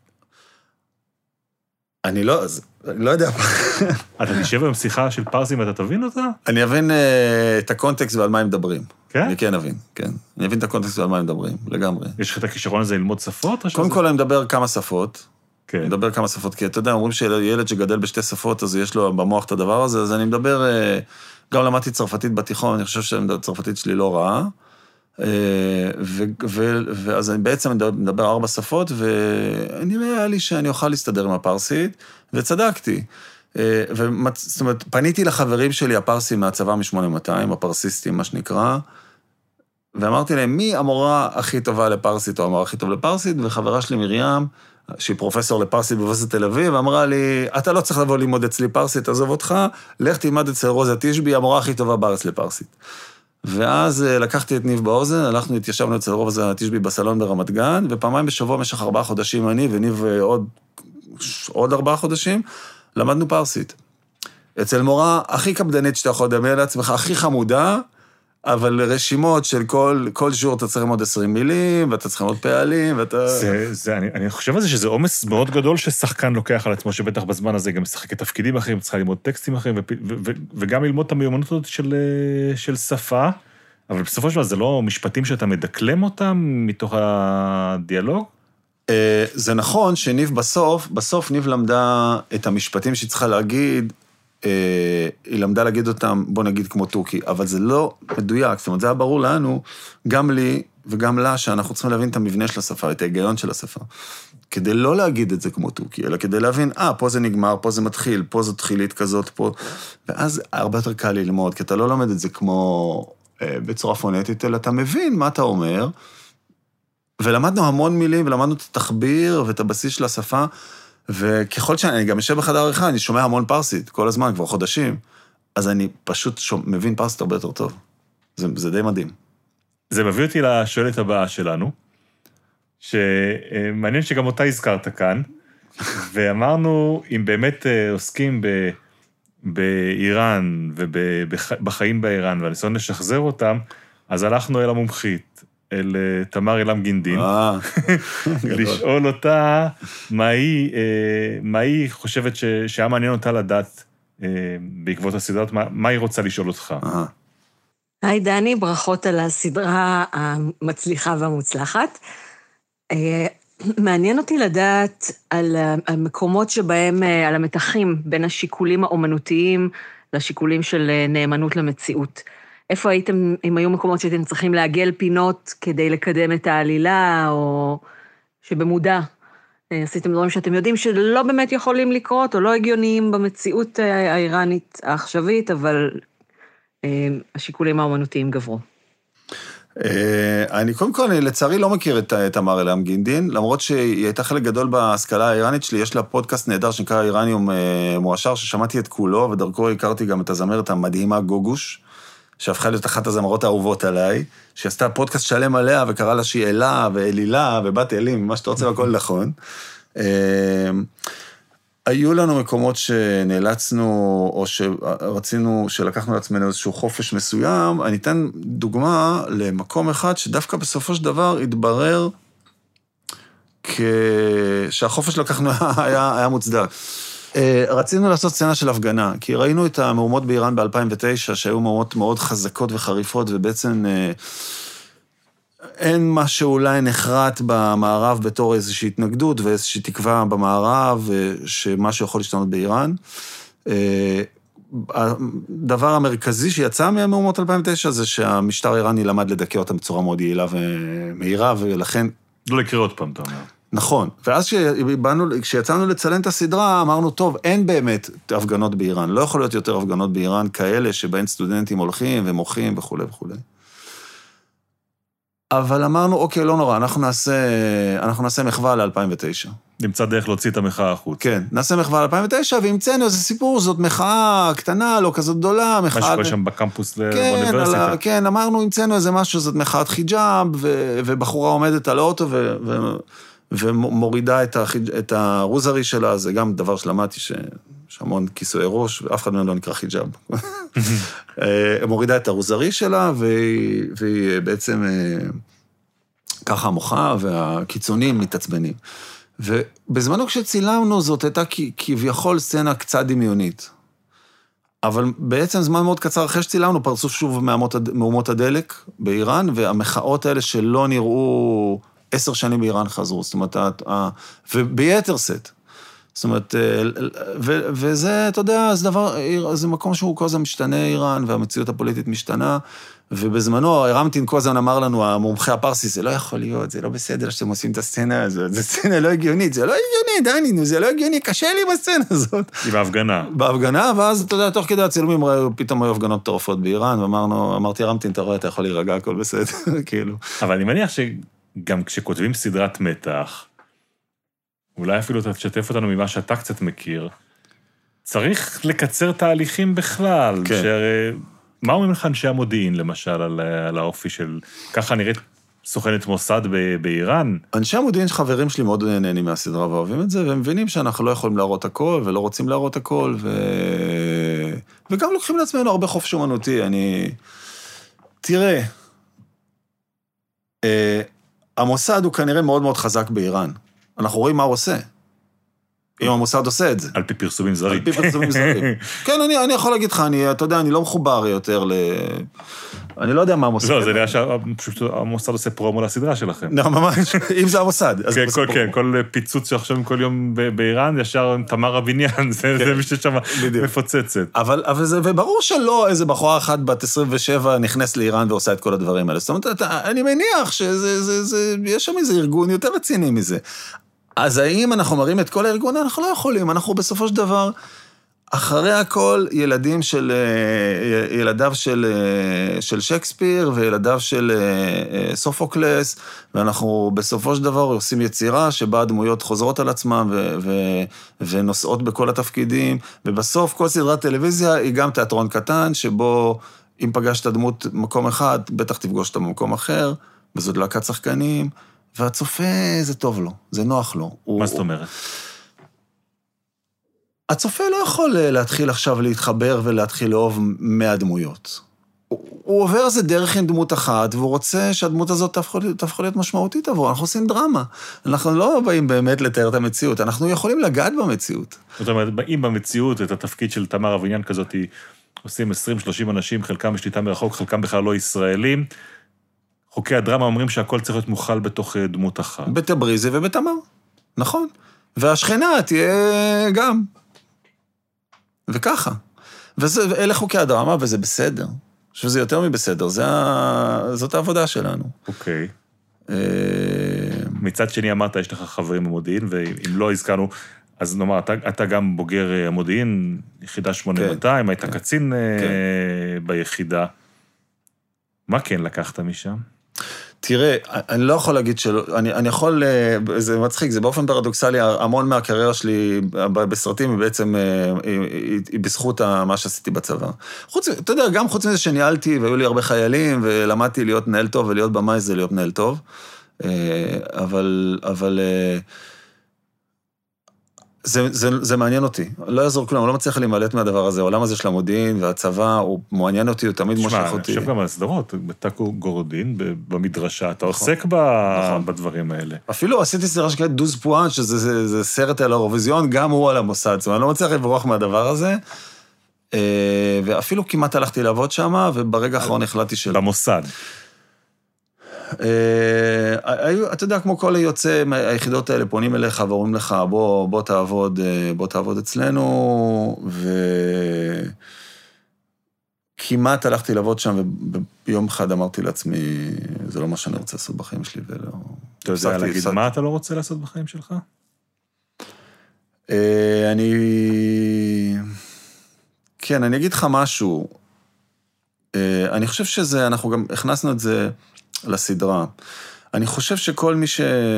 אני לא יודע. אתה תשב היום שיחה של פרסים ואתה תבין אותה? אני אבין את הקונטקסט ועל מה הם מדברים. כן? אני כן אבין, כן. אני אבין את הקונטקסט ועל מה הם מדברים, לגמרי. יש לך את הכישרון הזה ללמוד שפות? קודם כל אני מדבר כמה שפות. כן. אני מדבר כמה שפות, כי אתה יודע, אומרים שילד שגדל בשתי שפות, אז יש לו במוח את הדבר הזה, אז אני מדבר, גם למדתי צרפתית בתיכון, אני חושב שהצרפתית שלי לא רעה, ואז אני בעצם מדבר 4 שפות, ונראה לי שאני אוכל להסתדר עם הפרסית, וצדקתי. זאת אומרת, פניתי לחברים שלי, הפרסים מהצבא מ-8200, הפרסיסטים, מה שנקרא, ואמרתי להם, מי המורה הכי טובה לפרסית, או המורה הכי טוב לפרסית, וחברה שלי מרים, שהיא פרופסור לפרסית באוניברסיטת תל אביב, אמרה לי, אתה לא צריך לבוא ללמוד אצלי פרסית, עזוב אותך, לך תלמד אצל רוזה תשבי, המורה הכי טובה בארץ לפרסית. ואז לקחתי את ניב באוזן, התיישבנו אצל רוזה תשבי בסלון ברמת גן, ופעמיים בשבוע, במשך 4 חודשים אני, וניב עוד 4 חודשים, למדנו פרסית. אצל מורה הכי קפדנית שאתה יכול לדמיין לעצמך, הכי חמודה, אבל רשימות של כל שיעור אתה צריך ללמוד 20 מילים, ואתה צריך ללמוד פעלים, ואתה... אני חושב על זה שזה עומס מאוד גדול ששחקן לוקח על עצמו, שבטח בזמן הזה גם משחק את תפקידים אחרים, צריכה ללמוד טקסטים אחרים, וגם ללמוד את המיומנות של שפה, אבל בסופו של דבר זה לא משפטים שאתה מדקלם אותם מתוך הדיאלוג? זה נכון שניב בסוף ניב למדה את המשפטים שהיא צריכה להגיד, היא למדה להגיד אותם, בוא נגיד כמו טורקי, אבל זה לא מדויק, זאת אומרת, זה היה ברור לנו, גם לי וגם לה, שאנחנו צריכים להבין את המבנה של השפה, את ההיגיון של השפה, כדי לא להגיד את זה כמו טורקי, אלא כדי להבין, פה זה נגמר, פה זה מתחיל, פה זו תחילית כזאת, פה, ואז הרבה יותר קל ללמוד, כי אתה לא לומד את זה כמו בצורה פונטית, אלא אתה מבין מה אתה אומר, ולמדנו המון מילים, ולמדנו את התחביר ואת הבסיס של השפה, וככל שאני גם יושב בחדר עריכה, אני שומע המון פרסית, כל הזמן, כבר חודשים, אז אני פשוט מבין פרסית הרבה יותר טוב. זה די מדהים. זה מביא אותי לשואלת הבאה שלנו, שמעניין שגם אותה הזכרת כאן, ואמרנו, אם באמת עוסקים באיראן ובחיים באיראן, והניסיון לשחזר אותם, אז הלכנו אל המומחית, אל תמר אילם גינדין, לשאול אותה מה היא חושבת שהיה מעניין אותה לדעת בעקבות הסדרות, מה היא רוצה לשאול אותך. היי דני, ברכות על הסדרה המצליחה והמוצלחת. מעניין אותי לדעת על המקומות שבהם, על המתחים בין השיקולים האומנותיים לשיקולים של נאמנות למציאות. איפה הייתם, אם היו מקומות שאתם צריכים לעגל פינות כדי לקדם את העלילה, או שבמודע עשיתם דברים שאתם יודעים שלא באמת יכולים לקרות, או לא הגיוניים במציאות האיראנית העכשווית, אבל השיקולים האומנותיים גברו. אני קודם כל, לצערי לא מכיר את תמר אילם גינדין, למרות שהיא הייתה חלק גדול בהשכלה האיראנית שלי, יש לה פודקאסט נהדר שנקרא איראניום מועשר, ששמעתי את כולו, ודרכו הכרתי גם את הזמרת המדהימה גוגוש, שהפכה להיות אחת הזמרות האהובות עליי, שעשתה פודקאסט שלם עליה, וקרא לה שהיא אלה ואלילה ובת אלים, מה שאתה רוצה והכל נכון. היו לנו מקומות שנאלצנו, או שרצינו, שלקחנו לעצמנו איזשהו חופש מסוים. אני אתן דוגמה למקום אחד, שדווקא בסופו של דבר התברר, שהחופש לקחנו היה מוצדק. רצינו לעשות סצנה של הפגנה, כי ראינו את המהומות באיראן ב-2009, שהיו מהומות מאוד חזקות וחריפות, ובעצם אין מה שאולי נחרט במערב בתור איזושהי התנגדות, ואיזושהי תקווה במערב, שמה שיכול להשתנות באיראן. הדבר המרכזי שיצא מהמהומות 2009, זה שהמשטר האיראני למד לדכא אותם בצורה מאוד יעילה ומהירה, ולכן... לא לקרוא עוד פעם, אתה אומר. נכון, ואז כשיצאנו לצלם את הסדרה, אמרנו, טוב, אין באמת הפגנות באיראן, לא יכול להיות יותר הפגנות באיראן כאלה, שבהן סטודנטים הולכים ומוחים וכו' וכו'. אבל אמרנו, אוקיי, לא נורא, אנחנו נעשה מחווה ל-2009. נמצא דרך להוציא את המחאה החוץ. כן, נעשה מחווה ל-2009, והמצאנו איזה סיפור, זאת מחאה קטנה, לא כזאת גדולה, מחאה... מה שקורה שם בקמפוס באוניברסיטה. כן, אמרנו, המצאנו איזה משהו, זאת מחאת חיג'אב, ובחורה עומדת על האוטו, ומורידה את הרוזרי שלה, זה גם דבר שלמדתי, שיש המון כיסוי ראש, ואף אחד מהם לא נקרא חיג'אב. מורידה את הרוזרי שלה, והיא בעצם, ככה המוחה והקיצונים מתעצבנים. ובזמנו כשצילמנו זאת הייתה כביכול סצנה קצת דמיונית. אבל בעצם זמן מאוד קצר אחרי שצילמנו, פרצוף שוב מהומות הדלק באיראן, והמחאות האלה שלא נראו 10 שנים באיראן חזרו, זאת אומרת, וביתר סט. זאת אומרת, וזה, אתה יודע, זה מקום שהוא כל הזמן משתנה איראן, והמציאות הפוליטית משתנה, ובזמנו, רמטין כל הזמן אמר לנו, המומחה הפרסי, זה לא יכול להיות, זה לא בסדר שאתם עושים את הסצנה הזאת, זה סצנה לא הגיונית, זה לא הגיוני, דני, זה לא הגיוני, קשה לי בסצנה הזאת. היא בהפגנה. בהפגנה, ואז, אתה יודע, תוך כדי הצילומים, פתאום היו הפגנות טורפות באיראן, ואמרתי, רמטין, אתה רואה, אתה יכול להירגע, הכל בסדר, כאילו. אבל אני מניח שגם כשכותבים סדרת מתח, אולי אפילו תשתף אותנו ממה שאתה קצת מכיר, צריך לקצר תהליכים בכלל, כן. מה אומרים לך אנשי המודיעין, למשל, על האופי של, ככה נראית סוכנת מוסד באיראן? אנשי המודיעין חברים שלי מאוד נהנים מהסדרה ואוהבים את זה, והם מבינים שאנחנו לא יכולים להראות הכל, ולא רוצים להראות הכל, וגם לוקחים לעצמנו הרבה חופש אומנותי. תראה, המוסד הוא כנראה מאוד מאוד חזק באיראן. אנחנו רואים מה הוא עושה. אם המוסד עושה את זה. על פי פרסומים זרים. על פי פרסומים זרים. כן, אני יכול להגיד לך, אתה יודע, אני לא מחובר יותר אני לא יודע מה המוסד. לא, זה נראה שהמוסד עושה פרומו לסדרה שלכם. לא, ממש, אם זה המוסד. כן, כל פיצוץ שעכשיו כל יום באיראן, ישר תמר הבניין, זה מי ששם מפוצצת. אבל זה, וברור שלא איזה בחורה אחת בת 27 נכנס לאיראן ועושה את כל הדברים האלה. זאת אומרת, אני מניח שיש שם איזה ארגון יותר רציני מזה. אז האם אנחנו מראים את כל הארגון? אנחנו לא יכולים, אנחנו בסופו של דבר, אחרי הכל, ילדיו של שייקספיר, וילדיו של סופוקלס, ואנחנו בסופו של דבר עושים יצירה, שבה הדמויות חוזרות על עצמם, ונוסעות בכל התפקידים, ובסוף כל סדרת טלוויזיה היא גם תיאטרון קטן, שבו אם פגשת דמות מקום אחד, בטח תפגוש אותה במקום אחר, וזאת להקת שחקנים, והצופה זה טוב לו, זה נוח לו. מה זאת אומרת? הצופה לא יכול להתחיל עכשיו להתחבר ולהתחיל לאהוב 100 דמויות. הוא עובר איזה דרך עם דמות אחת, והוא רוצה שהדמות הזאת תהפוך להיות משמעותית עבור. אנחנו עושים דרמה. אנחנו לא באים באמת לתאר את המציאות, אנחנו יכולים לגעת במציאות. זאת אומרת, אם במציאות את התפקיד של תמר הבניין כזאת, עושים 20-30 אנשים, חלקם בשליטה מרחוק, חלקם בכלל לא ישראלים, חוקי הדרמה אומרים שהכל צריך להיות מוכל בתוך דמות אחת. בתבריזי ובתמר, נכון. והשכנה תהיה גם. וככה. ואלה חוקי הדרמה, וזה בסדר. שזה יותר מבסדר, זאת העבודה שלנו. אוקיי. מצד שני אמרת, יש לך חברים במודיעין, ואם לא הזכרנו, אז נאמר, אתה גם בוגר המודיעין, יחידה 8200, היית קצין ביחידה. מה כן לקחת משם? תראה, אני לא יכול להגיד שלא, אני יכול, זה מצחיק, זה באופן פרדוקסלי, המון מהקריירה שלי בסרטים היא בעצם, היא בזכות מה שעשיתי בצבא. אתה יודע, גם חוץ מזה שניהלתי, והיו לי הרבה חיילים, ולמדתי להיות מנהל טוב, ולהיות במאי זה להיות מנהל טוב, אבל זה מעניין אותי, לא יעזור כלום, לא מצליח להימלט מהדבר הזה, העולם הזה של המודיעין והצבא, הוא מעניין אותי, הוא תמיד מושך אותי. אני חושב גם על הסדרות, בטקו גורדין, במדרשה, אתה עוסק בדברים האלה. אפילו עשיתי סדרה שקראת דוז פואן, שזה סרט על האירוויזיון, גם הוא על המוסד, זאת אומרת, אני לא מצליח לברוח מהדבר הזה, ואפילו כמעט הלכתי לעבוד שם, וברגע האחרון החלטתי שלא. במוסד. אתה יודע, כמו כל יוצא, היחידות האלה פונים אליך ואומרים לך, בוא תעבוד אצלנו, וכמעט הלכתי לעבוד שם, וביום אחד אמרתי לעצמי, זה לא מה שאני רוצה לעשות בחיים שלי, ולא... אתה יודע להגיד, מה אתה לא רוצה לעשות בחיים שלך? כן, אני אגיד לך משהו. אני חושב שזה, אנחנו גם הכנסנו את זה לסדרה. אני חושב שכל מי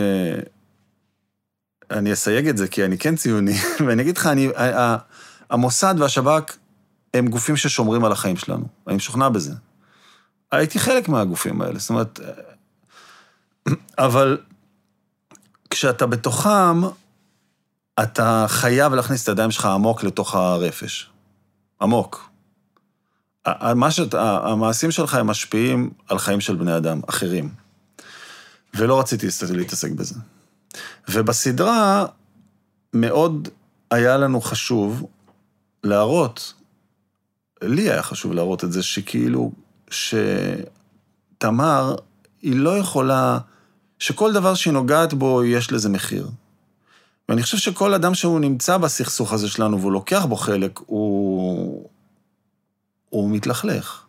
אני אסייג את זה, כי אני כן ציוני, ואני אגיד לך, המוסד והשב"כ הם גופים ששומרים על החיים שלנו. אני משוכנע בזה. הייתי חלק מהגופים האלה, זאת אומרת, אבל כשאתה בתוכם, אתה חייב להכניס את הידיים שלך עמוק לתוך הרפש. עמוק. המעשים שלך הם משפיעים על חיים של בני אדם, אחרים. ולא רציתי להתעסק בזה. ובסדרה מאוד היה לנו חשוב להראות, לי היה חשוב להראות את זה, שכאילו, שתמר היא לא יכולה, שכל דבר שהיא נוגעת בו יש לזה מחיר. ואני חושב שכל אדם שהוא נמצא בסכסוך הזה שלנו, והוא לוקח בו חלק, הוא מתלכלך.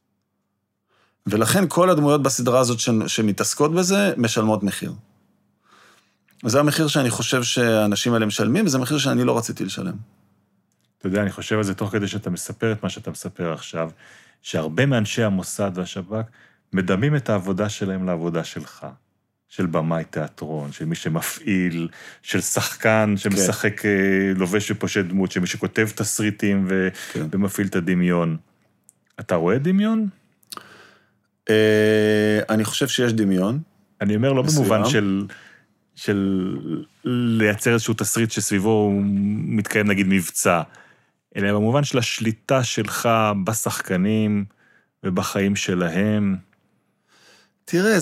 ולכן כל הדמויות בסדרה הזאת שמתעסקות בזה, משלמות מחיר. וזה המחיר שאני חושב שהאנשים האלה משלמים, וזה מחיר שאני לא רציתי לשלם. אתה יודע, אני חושב על זה תוך כדי שאתה מספר את מה שאתה מספר עכשיו, שהרבה מאנשי המוסד והשב"כ מדמים את העבודה שלהם לעבודה שלך. של במאי תיאטרון, של מי שמפעיל, של שחקן שמשחק לובש ופושט דמות, של מי שכותב תסריטים ומפעיל את הדמיון. אתה רואה דמיון? אני חושב שיש דמיון. אני אומר לא במובן של לייצר איזשהו תסריט שסביבו מתקיים נגיד מבצע, אלא במובן של השליטה שלך בשחקנים ובחיים שלהם. תראה,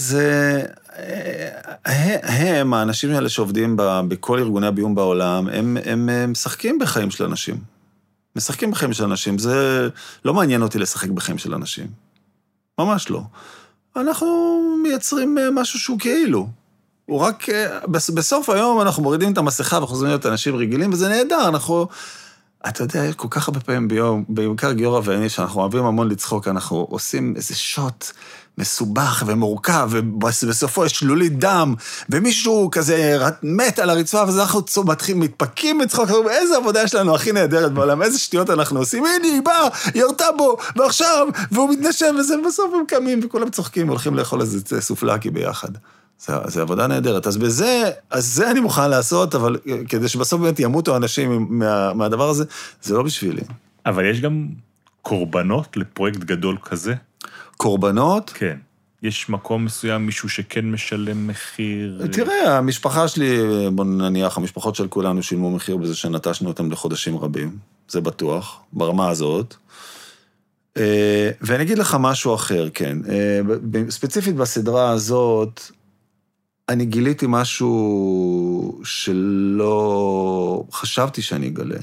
הם, האנשים האלה שעובדים בכל ארגוני הביון בעולם, הם משחקים בחיים של אנשים. משחקים בחיים של אנשים. זה לא מעניין אותי לשחק בחיים של אנשים. ממש לא. אנחנו מייצרים משהו שהוא כאילו. הוא רק, בסוף היום אנחנו מורידים את המסכה וחוזרים להיות אנשים רגילים, וזה נהדר. אתה יודע, יש כל כך הרבה פעמים ביום, בעיקר גיורא ואני, שאנחנו אוהבים המון לצחוק, אנחנו עושים איזה שוט מסובך ומורכב, ובסופו יש שלולית דם, ומישהו כזה מת על הרצפה, ואז אנחנו מתחילים, מתפקים מצחוק, איזה עבודה יש לנו הכי נהדרת בעולם, איזה שטויות אנחנו עושים, הנה היא באה, ירתה בו, ועכשיו, והוא מתנשב, וזה בסוף הם קמים, וכולם צוחקים, והולכים לאכול איזה סופלקי ביחד. זה עבודה נהדרת. אז זה אני מוכן לעשות, אבל כדי שבסוף באמת ימותו אנשים מהדבר הזה, זה לא בשבילי. אבל יש גם קורבנות לפרויקט גדול כזה? קורבנות? כן. יש מקום מסוים, מישהו שכן משלם מחיר? תראה, המשפחה שלי, בוא נניח, המשפחות של כולנו שילמו מחיר בזה שנטשנו אותם לחודשים רבים. זה בטוח, ברמה הזאת. ואני אגיד לך משהו אחר, כן. ספציפית בסדרה הזאת, אני גיליתי משהו שלא חשבתי שאני אגלה.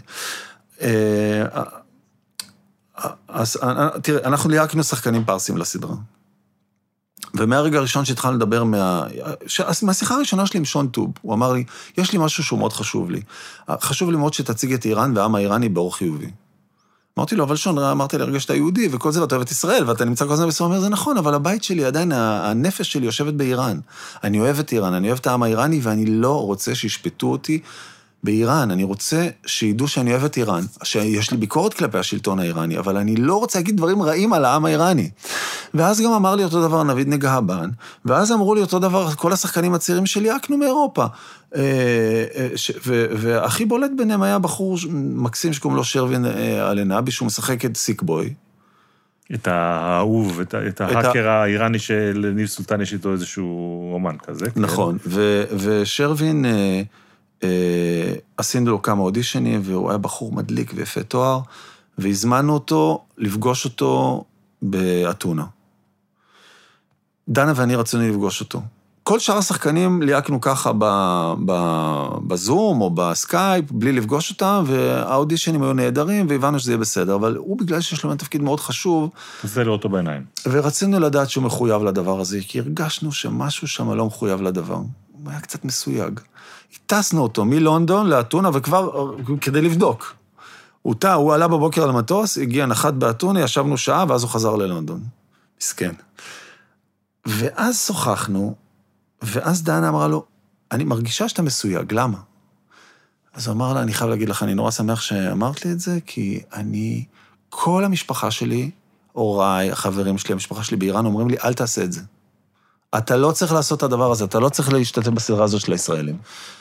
אז תראה, אנחנו ליהקנו שחקנים פרסים לסדרה. ומהרגע הראשון שהתחלנו לדבר מהשיחה הראשונה שלי עם שון טוב, הוא אמר לי, יש לי משהו שהוא מאוד חשוב לי. חשוב לי מאוד שתציג את איראן והעם האיראני באור חיובי. אמרתי לו, אבל שון, אמרתי לי, הרגע שאתה יהודי, וכל זה, ואתה אוהב את ישראל, ואתה נמצא כל הזמן בסוף, אומר, זה נכון, אבל הבית שלי עדיין, הנפש שלי יושבת באיראן. אני אוהב את איראן, אני אוהב את העם האיראני, ואני לא רוצה שישפטו אותי באיראן. אני רוצה שידעו שאני אוהב את איראן, שיש לי ביקורת כלפי השלטון האיראני, אבל אני לא רוצה להגיד דברים רעים על העם האיראני. ואז גם אמר לי אותו דבר נביד נגהבן, ואז אמרו לי אותו דבר, כל השחקנים הצעירים שלי, עקנו מאירופה. והכי בולט ביניהם היה בחור מקסים שקוראים לו שרווין אלנבי, שהוא משחק את סיקבוי. את האהוב, את ההאקר האיראני של ניב סולטן, יש איתו איזשהו אומן כזה. נכון, ושרווין, עשינו לו כמה אודישנים, והוא היה בחור מדליק ויפה תואר, והזמנו אותו לפגוש אותו באתונה. דנה ואני רצינו לפגוש אותו. כל שאר השחקנים ליהקנו ככה בזום או בסקייפ, בלי לפגוש אותם, והאודישנים היו נהדרים, והבנו שזה יהיה בסדר, אבל הוא בגלל שיש לו תפקיד מאוד חשוב. זה לראות אותו בעיניים. ורצינו לדעת שהוא מחויב לדבר הזה, כי הרגשנו שמשהו שם לא מחויב לדבר. הוא היה קצת מסויג. הטסנו אותו מלונדון לאתונה, וכבר כדי לבדוק. הוא עלה בבוקר על המטוס, הגיע נחת באתונה, ישבנו שעה, ואז הוא חזר ללונדון. מסכן. ואז שוחחנו, ואז דנה אמרה לו, אני מרגישה שאתה מסויג, למה? אז הוא אמר לה, אני חייב להגיד לך, אני נורא שמח שאמרת לי את זה, כי כל המשפחה שלי, הוריי, החברים שלי, המשפחה שלי באיראן, אומרים לי, אל תעשה את זה. אתה לא צריך לעשות את הדבר הזה, אתה לא צריך להשתתף בסדרה הזאת של הישראלים.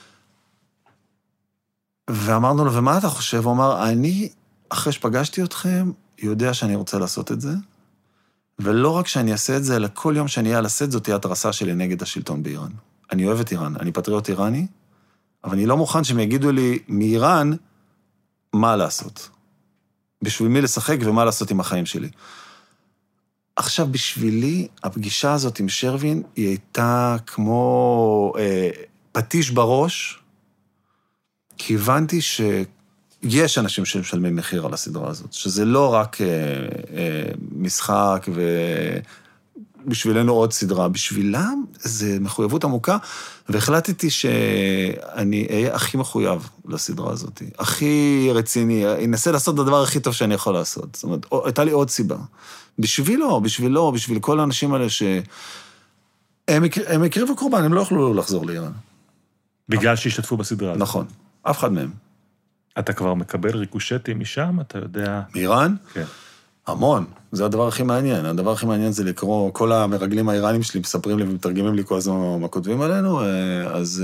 ואמרנו לו, ומה אתה חושב? הוא אמר, אני, אחרי שפגשתי אתכם, יודע שאני רוצה לעשות את זה, ולא רק שאני אעשה את זה, אלא כל יום שאני אהיה על הסט, זאת תהיה התרסה שלי נגד השלטון באיראן. אני אוהב את איראן, אני פטריוט איראני, אבל אני לא מוכן שהם יגידו לי מאיראן מה לעשות. בשביל מי לשחק ומה לעשות עם החיים שלי. עכשיו, בשבילי, הפגישה הזאת עם שרווין, היא הייתה כמו פטיש בראש, כי הבנתי שיש אנשים שמשלמים מחיר על הסדרה הזאת, שזה לא רק משחק ובשבילנו עוד סדרה, בשבילם זה מחויבות עמוקה, והחלטתי שאני אהיה הכי מחויב לסדרה הזאת, הכי רציני, אנסה לעשות את הדבר הכי טוב שאני יכול לעשות. זאת אומרת, הייתה לי עוד סיבה. בשבילו, בשביל כל האנשים האלה הם הקריבו קורבן, הם לא יכלו לחזור לאיראן. בגלל שהשתתפו בסדרה הזאת. נכון, אף אחד מהם. אתה כבר מקבל ריקושטים משם, אתה יודע... מאיראן? כן. המון, זה הדבר הכי מעניין. הדבר הכי מעניין זה לקרוא, כל המרגלים האיראנים שלי מספרים לי ומתרגמים לי כל הזמן מה כותבים עלינו, אז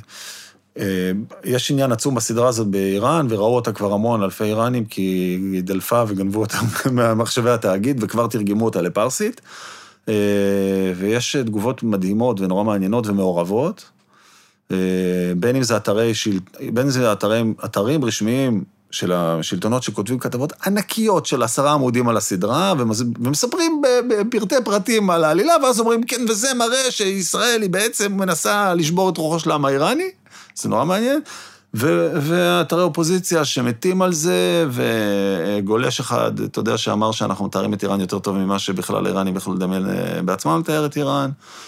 יש עניין עצום בסדרה הזאת באיראן, וראו אותה כבר המון אלפי איראנים, כי היא דלפה וגנבו אותה מהמחשבי התאגיד, וכבר תרגמו אותה לפרסית, ויש תגובות מדהימות ונורא מעניינות ומעורבות, בין אם זה אתרים רשמיים של השלטונות שכותבים כתבות ענקיות של 10 עמודים על הסדרה, ומספרים בפרטי פרטים על העלילה, ואז אומרים, כן, וזה מראה שישראל היא בעצם מנסה לשבור את רוחו של העם האיראני, זה נורא מעניין, ואתרי אופוזיציה שמתים על זה, וגולש אחד, אתה יודע, שאמר שאנחנו מתארים את איראן יותר טוב ממה שבכלל איראנים בכלל לדמיין בעצמם לתאר את איראן.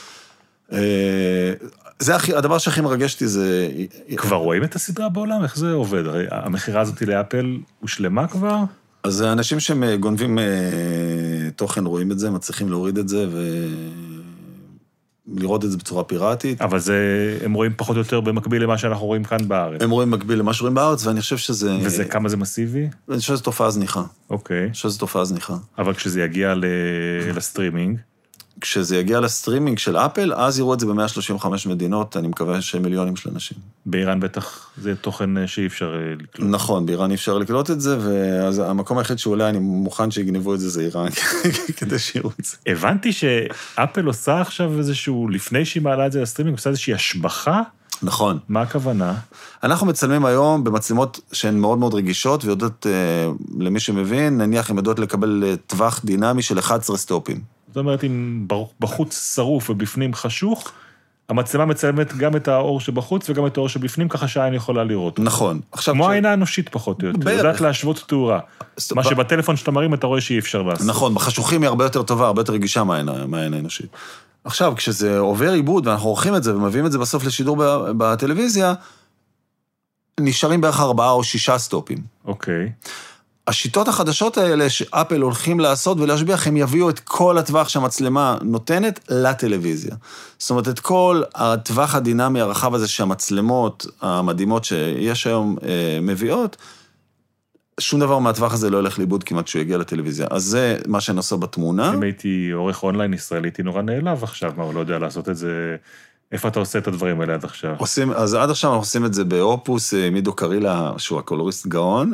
זה הדבר שהכי מרגשתי זה... כבר רואים את הסדרה בעולם? איך זה עובד? הרי המחירה הזאת לאפל הושלמה כבר? אז האנשים שגונבים תוכן רואים את זה, מצליחים להוריד את זה ולראות את זה בצורה פיראטית. אבל הם רואים פחות או יותר במקביל למה שאנחנו רואים כאן בארץ. הם רואים במקביל למה שרואים בארץ, ואני חושב שזה... וזה כמה זה מסיבי? אני חושב שזו תופעה זניחה. אוקיי. אני חושב שזו תופעה זניחה. אבל כשזה יגיע לסטרימינג... כשזה יגיע לסטרימינג של אפל, אז יראו את זה ב-135 מדינות, אני מקווה שמיליונים של אנשים. באיראן בטח זה תוכן שאי אפשר לקלוט. נכון, באיראן אי אפשר לקלוט את זה, ואז המקום היחיד שאולי אני מוכן שיגנבו את זה, זה איראן, כדי שיראו את זה. הבנתי שאפל עושה עכשיו איזשהו, לפני שהיא מעלה את זה לסטרימינג, עושה איזושהי השבחה. נכון. מה הכוונה? אנחנו מצלמים היום במצלמות שהן מאוד מאוד רגישות, ויודעות, למי שמבין, נניח הן יודעות לקבל טווח דינמי של 11 סטופים. זאת אומרת, אם בחוץ שרוף ובפנים חשוך, המצלמה מצלמת גם את האור שבחוץ וגם את האור שבפנים, ככה שהעין יכולה לראות. נכון. כמו העין האנושית פחות או יותר, יודעת להשוות תאורה. מה שבטלפון שאתה מרים, אתה רואה שאי אפשר לעשות. נכון, בחשוכים היא הרבה יותר טובה, הרבה יותר רגישה מהעין האנושית. עכשיו, כשזה עובר עיבוד, ואנחנו עורכים את זה ומביאים את זה בסוף לשידור בטלוויזיה, נשארים בערך 4 או 6 סטופים. אוקיי. השיטות החדשות האלה שאפל הולכים לעשות ולהשביח, הם יביאו את כל הטווח שהמצלמה נותנת לטלוויזיה. זאת אומרת, את כל הטווח הדינמי הרחב הזה שהמצלמות המדהימות שיש היום מביאות, שום דבר מהטווח הזה לא הולך לאיבוד כמעט שהוא יגיע לטלוויזיה. אז זה מה שנעשה בתמונה. אם הייתי עורך אונליין ישראלי, הייתי נורא נעלב עכשיו, מה, הוא לא יודע לעשות את זה... איפה אתה עושה את הדברים האלה עד עכשיו? אז עד עכשיו אנחנו עושים את זה באופוס, מידו קרילה, שהוא הקולוריסט גאון,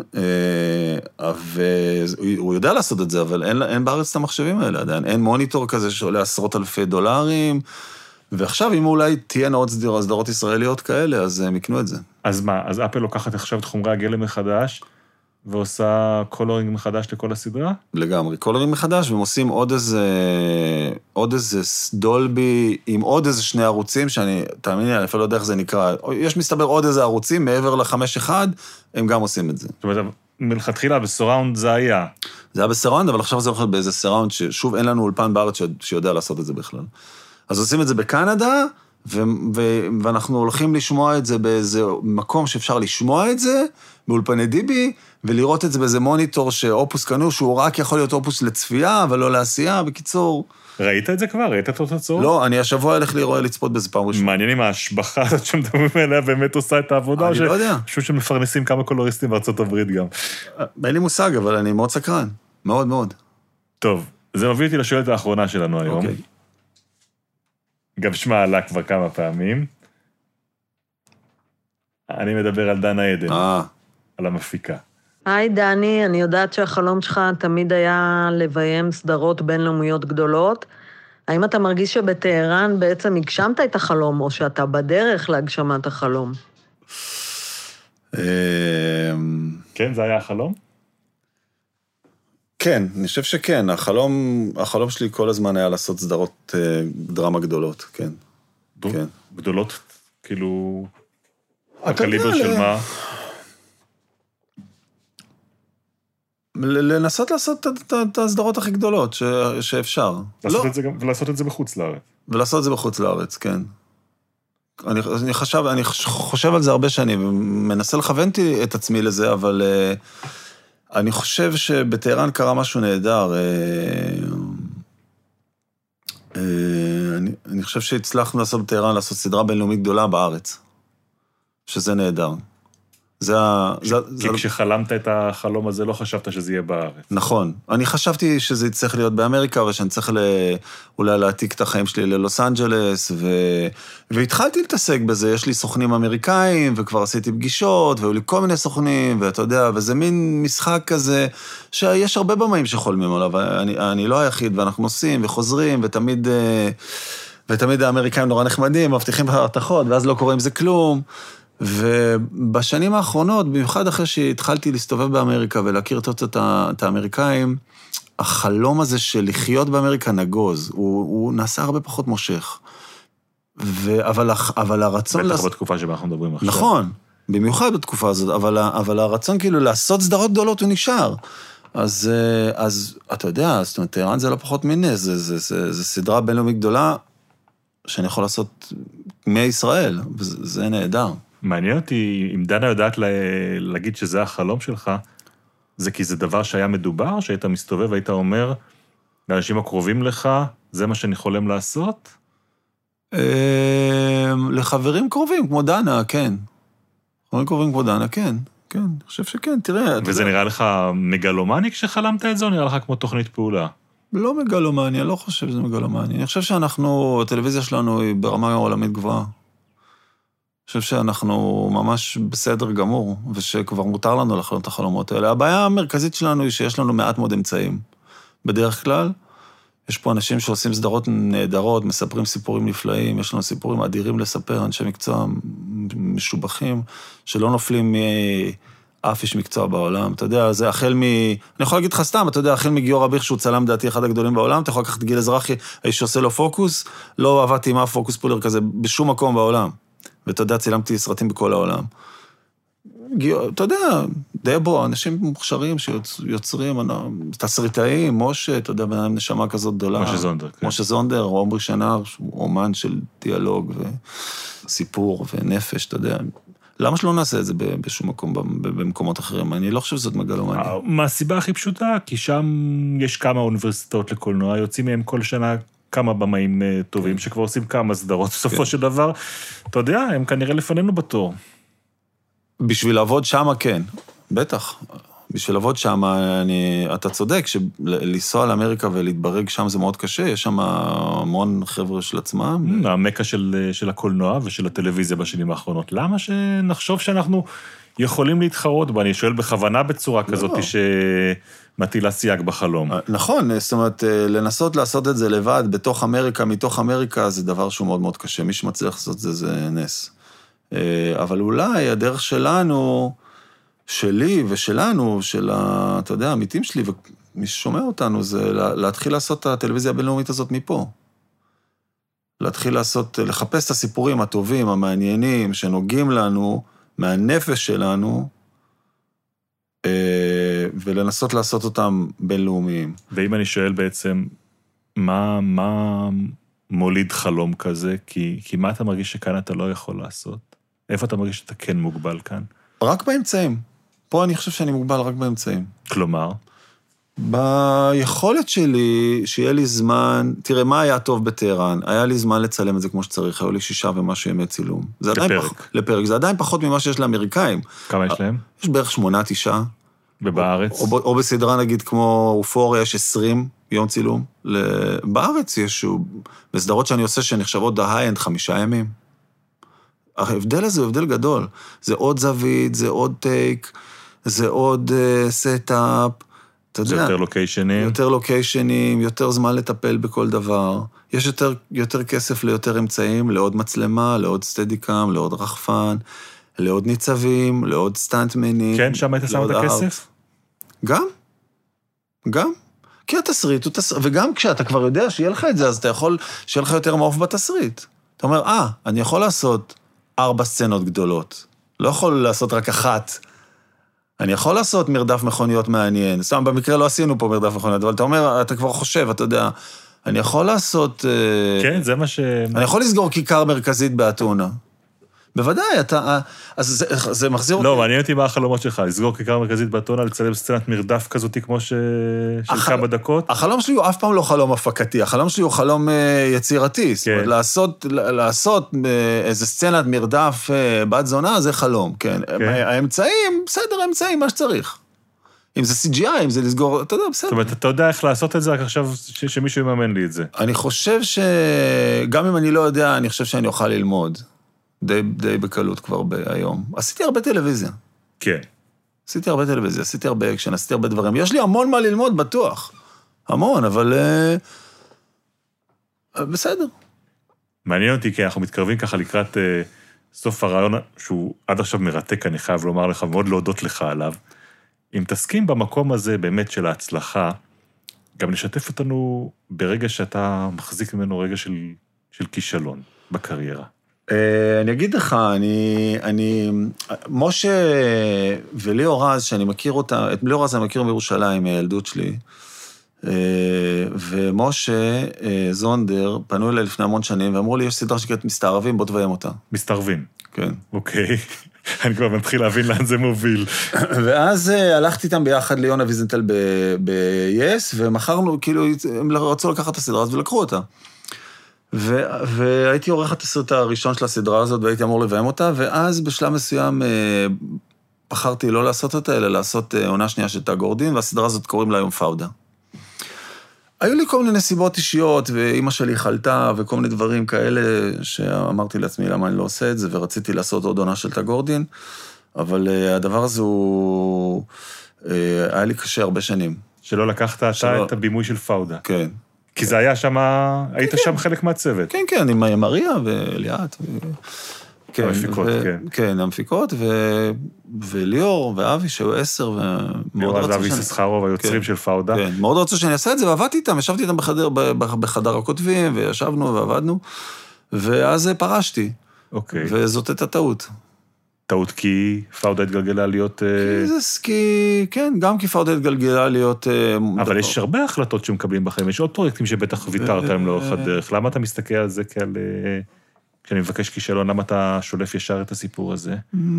והוא יודע לעשות את זה, אבל אין בארץ את המחשבים האלה עדיין, אין מוניטור כזה שעולה $10,000, ועכשיו אם אולי תהיינה עוד סדרות ישראליות כאלה, אז הם יקנו את זה. אז מה, אז אפל לוקחת עכשיו את חומרי הגלם מחדש, ועושה קולורינג מחדש לכל הסדרה? לגמרי, קולורינג מחדש, והם עושים עוד איזה דולבי, עם עוד איזה 2 ערוצים, שאני, תאמין לי, אני אפילו לא יודע איך זה נקרא, יש מסתבר עוד איזה ערוצים, מעבר ל5-1, הם גם עושים את זה. זאת אומרת, מלכתחילה בסוראונד זה היה. זה היה בסוראונד, אבל עכשיו זה הולך באיזה סוראונד, ששוב אין לנו אולפן בארץ שיודע לעשות את זה בכלל. אז עושים את זה בקנדה, ואנחנו הולכים לשמוע את זה באיזה מקום שאפשר לשמוע את זה, באולפני דיבי, ולראות את זה באיזה מוניטור שאופוס קנו, שהוא רק יכול להיות אופוס לצפייה, אבל לא לעשייה, בקיצור. ראית את זה כבר? ראית את התוצאות? לא, אני השבוע הלך לצפות בזה פעם ראשונה. מעניין אם ההשבחה הזאת שמדברים עליה באמת עושה את העבודה, אני לא יודע. פשוט שמפרנסים כמה קולוריסטים בארצות הברית גם. אין לי מושג, אבל אני מאוד סקרן. מאוד מאוד. טוב, זה מביא אותי לשאלת האחרונה שלנו היום. אוקיי. גם שמה עלה כבר כמה פעמים. אני מדבר על דנה עדן, על המפיקה. היי דני, אני יודעת שהחלום שלך תמיד היה לביים סדרות בינלאומיות גדולות. האם אתה מרגיש שבטהרן בעצם הגשמת את החלום, או שאתה בדרך להגשמת החלום? כן, זה היה החלום? כן, אני חושב שכן. החלום שלי כל הזמן היה לעשות סדרות דרמה גדולות, כן. כן. גדולות, כאילו, הקליבר של מה? לנסות לעשות את הסדרות הכי גדולות שאפשר. ולעשות את זה בחוץ לארץ. ולעשות את זה בחוץ לארץ, כן. אני חושב על זה הרבה שנים, ומנסה לכוון את עצמי לזה, אבל אני חושב שבטהרן קרה משהו נהדר. אני חושב שהצלחנו לעשות בטהרן, לעשות סדרה בינלאומית גדולה בארץ, שזה נהדר. כי כשחלמת את החלום הזה, לא חשבת שזה יהיה בארץ. נכון. אני חשבתי שזה יצטרך להיות באמריקה, ושאני צריך אולי להעתיק את החיים שלי ללוס אנג'לס, והתחלתי להתעסק בזה. יש לי סוכנים אמריקאים, וכבר עשיתי פגישות, והיו לי כל מיני סוכנים, ואתה יודע, וזה מין משחק כזה, שיש הרבה במאים שחולמים עליו. אני לא היחיד, ואנחנו נוסעים וחוזרים, ותמיד האמריקאים נורא נחמדים, מבטיחים בהרתחות, ואז לא קורה עם זה כלום. ובשנים האחרונות, במיוחד אחרי שהתחלתי להסתובב באמריקה ולהכיר את האמריקאים, החלום הזה של לחיות באמריקה נגוז, הוא נעשה הרבה פחות מושך. אבל הרצון... בטח בתקופה שבה אנחנו מדברים עכשיו. נכון, במיוחד בתקופה הזאת, אבל הרצון כאילו לעשות סדרות גדולות הוא נשאר. אז אתה יודע, זאת אומרת, טהרן זה לא פחות מנס, זה סדרה בינלאומית גדולה שאני יכול לעשות מישראל, וזה נהדר. מעניין אותי, אם דנה יודעת להגיד שזה החלום שלך, זה כי זה דבר שהיה מדובר, שהיית מסתובב והיית אומר, לאנשים הקרובים לך, זה מה שאני חולם לעשות? לחברים קרובים, כמו דנה, כן. חברים קרובים כמו דנה, כן. כן, אני חושב שכן, תראה. וזה נראה לך מגלומני כשחלמת את זה, או נראה לך כמו תוכנית פעולה? לא מגלומני, אני לא חושב שזה מגלומני. אני חושב שאנחנו, הטלוויזיה שלנו היא ברמה עולמית גבוהה. אני חושב שאנחנו ממש בסדר גמור, ושכבר מותר לנו לחלום את החלומות האלה. הבעיה המרכזית שלנו היא שיש לנו מעט מאוד אמצעים. בדרך כלל, יש פה אנשים שעושים סדרות נהדרות, מספרים סיפורים נפלאים, יש לנו סיפורים אדירים לספר, אנשי מקצוע משובחים, שלא נופלים מאף איש מקצוע בעולם. אתה יודע, זה החל אני יכול להגיד לך סתם, אתה יודע, החל מגיור אביך, שהוא צלם דעתי אחד הגדולים בעולם, אתה יכול לקחת גיל אזרחי, האיש שעושה לו פוקוס, לא עבדתי עם אף פוקוס פולר כזה בשום מקום בעולם. ואתה יודע, צילמתי סרטים בכל העולם. אתה יודע, דבו, אנשים מוכשרים שיוצרים, תסריטאים, משה, אתה יודע, בנם נשמה כזאת גדולה. משה זונדר. כן. משה זונדר, או עומרי שנר, שהוא אומן של דיאלוג וסיפור ונפש, אתה יודע. למה שלא נעשה את זה בשום מקום, במקומות אחרים? אני לא חושב שזאת מגלומניה. מהסיבה הכי פשוטה, כי שם יש כמה אוניברסיטאות לקולנוע, יוצאים מהם כל שנה כמה במאים טובים, שכבר עושים כמה סדרות. בסופו של דבר, אתה יודע, הם כנראה לפנינו בתור. בשביל לעבוד שמה, כן. בטח. בשביל לעבוד שמה, אתה צודק, שלנסוע לאמריקה ולהתברג שם זה מאוד קשה, יש שם המון חבר'ה של עצמם. המקה של הקולנוע ושל הטלוויזיה בשנים האחרונות. למה שנחשוב שאנחנו יכולים להתחרות בה? אני שואל בכוונה בצורה כזאת שמטילה סייג בחלום. נכון, זאת אומרת, לנסות לעשות את זה לבד, בתוך אמריקה, מתוך אמריקה, זה דבר שהוא מאוד מאוד קשה. מי שמצליח לעשות זה נס. אבל אולי הדרך שלנו, שלי ושלנו, של אתה יודע, העמיתים שלי, ומי ששומע אותנו, זה להתחיל לעשות את הטלוויזיה הבינלאומית הזאת מפה. להתחיל לחפש את הסיפורים הטובים, המעניינים, שנוגעים לנו, מהנפש שלנו, ולנסות לעשות אותם בינלאומיים. ואם אני שואל בעצם, מה מוליד חלום כזה? כי מה אתה מרגיש שכאן אתה לא יכול לעשות? איפה אתה מרגיש שאתה כן מוגבל כאן? רק באמצעים. פה אני חושב שאני מוגבל רק באמצעים. כלומר? ביכולת שלי, שיהיה לי זמן, תראה, מה היה טוב בטהרן? היה לי זמן לצלם את זה כמו שצריך, היו לי 6 ומשהו ימי צילום. לפרק. זה עדיין פחות ממה שיש לאמריקאים. כמה יש להם? יש בערך 8-9. ובארץ? או בסדרה, נגיד, כמו אופוריה, יש 20 יום צילום. בארץ יש, בסדרות שאני עושה שנחשבות ה-high-end 5 ימים. ההבדל הזה הוא הבדל גדול. זה עוד זווית, זה עוד טייק, זה עוד סטאפ, זה יותר לוקיישנים. יותר לוקיישנים, יותר זמן לטפל בכל דבר. יש יותר כסף ליותר אמצעים, לעוד מצלמה, לעוד סטדיקם, לעוד רחפן, לעוד ניצבים, לעוד סטנטמנים. כן, שם היית שם את הכסף? גם. גם. כי התסריט הוא תסריט, וגם כשאתה כבר יודע שיהיה לך את זה, אז אתה יכול שיהיה לך יותר מעוף בתסריט. אתה אומר, אני יכול לעשות 4 סצנות גדולות. לא יכול לעשות רק 1. אני יכול לעשות מרדף מכוניות מעניין. סתם, במקרה לא עשינו פה מרדף מכוניות, אבל אתה אומר, אתה כבר חושב, אתה יודע, אני יכול לעשות... כן, זה מה אני יכול לסגור כיכר מרכזית באתונה. בוודאי, אז זה מחזיר אותי. לא, מעניין אותי מה החלומות שלך, לסגור כיכר מרכזית באתונה, לצלם סצנת מרדף כזאת כמו של כמה דקות? החלום שלי הוא אף פעם לא חלום הפקתי, החלום שלי הוא חלום יצירתי, זאת אומרת, לעשות איזה סצנת מרדף בת זונה, זה חלום, כן. האמצעים, בסדר, האמצעים, מה שצריך. אם זה CGI, אם זה לסגור, אתה יודע, בסדר. זאת אומרת, אתה יודע איך לעשות את זה, רק עכשיו שמישהו יממן לי את זה. אני חושב שגם אם אני לא יודע, אני חושב שאני אוכל ללמוד. די בקלות כבר היום. עשיתי הרבה טלוויזיה. כן. עשיתי הרבה טלוויזיה, עשיתי הרבה אקשן, עשיתי הרבה דברים. יש לי המון מה ללמוד, בטוח. המון, אבל... בסדר. מעניין אותי, כי אנחנו מתקרבים ככה לקראת סוף הרעיון, שהוא עד עכשיו מרתק, אני חייב לומר לך, מאוד להודות לך עליו. אם תסכים במקום הזה באמת של ההצלחה, גם לשתף אותנו ברגע שאתה מחזיק ממנו רגע של כישלון בקריירה. אני אגיד לך, משה וליאור רז, שאני מכיר אותה, את ליאור רז אני מכיר בירושלים, הילדות שלי, ומשה זונדר פנו אליי לפני המון שנים, ואמרו לי, יש סדרה שקראת מסתערבים, בוא תביים אותה. מסתערבים? כן. אוקיי, אני כבר מתחיל להבין לאן זה מוביל. ואז הלכתי איתם ביחד ליונה ויזנטל ב-yes, ומחרנו, כאילו, הם רצו לקחת את הסדרה הזאת ולקחו אותה. והייתי עורך את הסרט הראשון של הסדרה הזאת, והייתי אמור לביים אותה, ואז בשלב מסוים בחרתי לא לעשות אותה, אלא לעשות עונה שנייה של תא גורדין, והסדרה הזאת קוראים לה היום פאודה. היו לי כל מיני סיבות אישיות, ואמא שלי חלתה, וכל מיני דברים כאלה, שאמרתי לעצמי למה אני לא עושה את זה, ורציתי לעשות עוד עונה של תא גורדין, אבל הדבר הזה הוא... היה לי קשה הרבה שנים. שלא לקחת אתה את הבימוי של פאודה. כן. כי זה היה שם, היית שם חלק מהצוות. כן, כן, עם מריה וליאת. המפיקות, כן. כן, המפיקות, וליאור ואבי, שהיו 10, ליאור אז אבי ססחרוב, היוצרים של פאודה. כן, מאוד רצו שאני אעשה את זה, ועבדתי איתם, ישבתי איתם בחדר הכותבים, וישבנו ועבדנו, ואז פרשתי. אוקיי. וזאת הייתה טעות. טעות כי פאודה התגלגלה להיות... כן, גם כי פאודה התגלגלה להיות... אבל יש הרבה החלטות שמקבלים בחיים, יש עוד פרויקטים שבטח ויתרת להם לאורך הדרך. למה אתה מסתכל על זה כעל... כשאני מבקש כישלון, למה אתה שולף ישר את הסיפור הזה?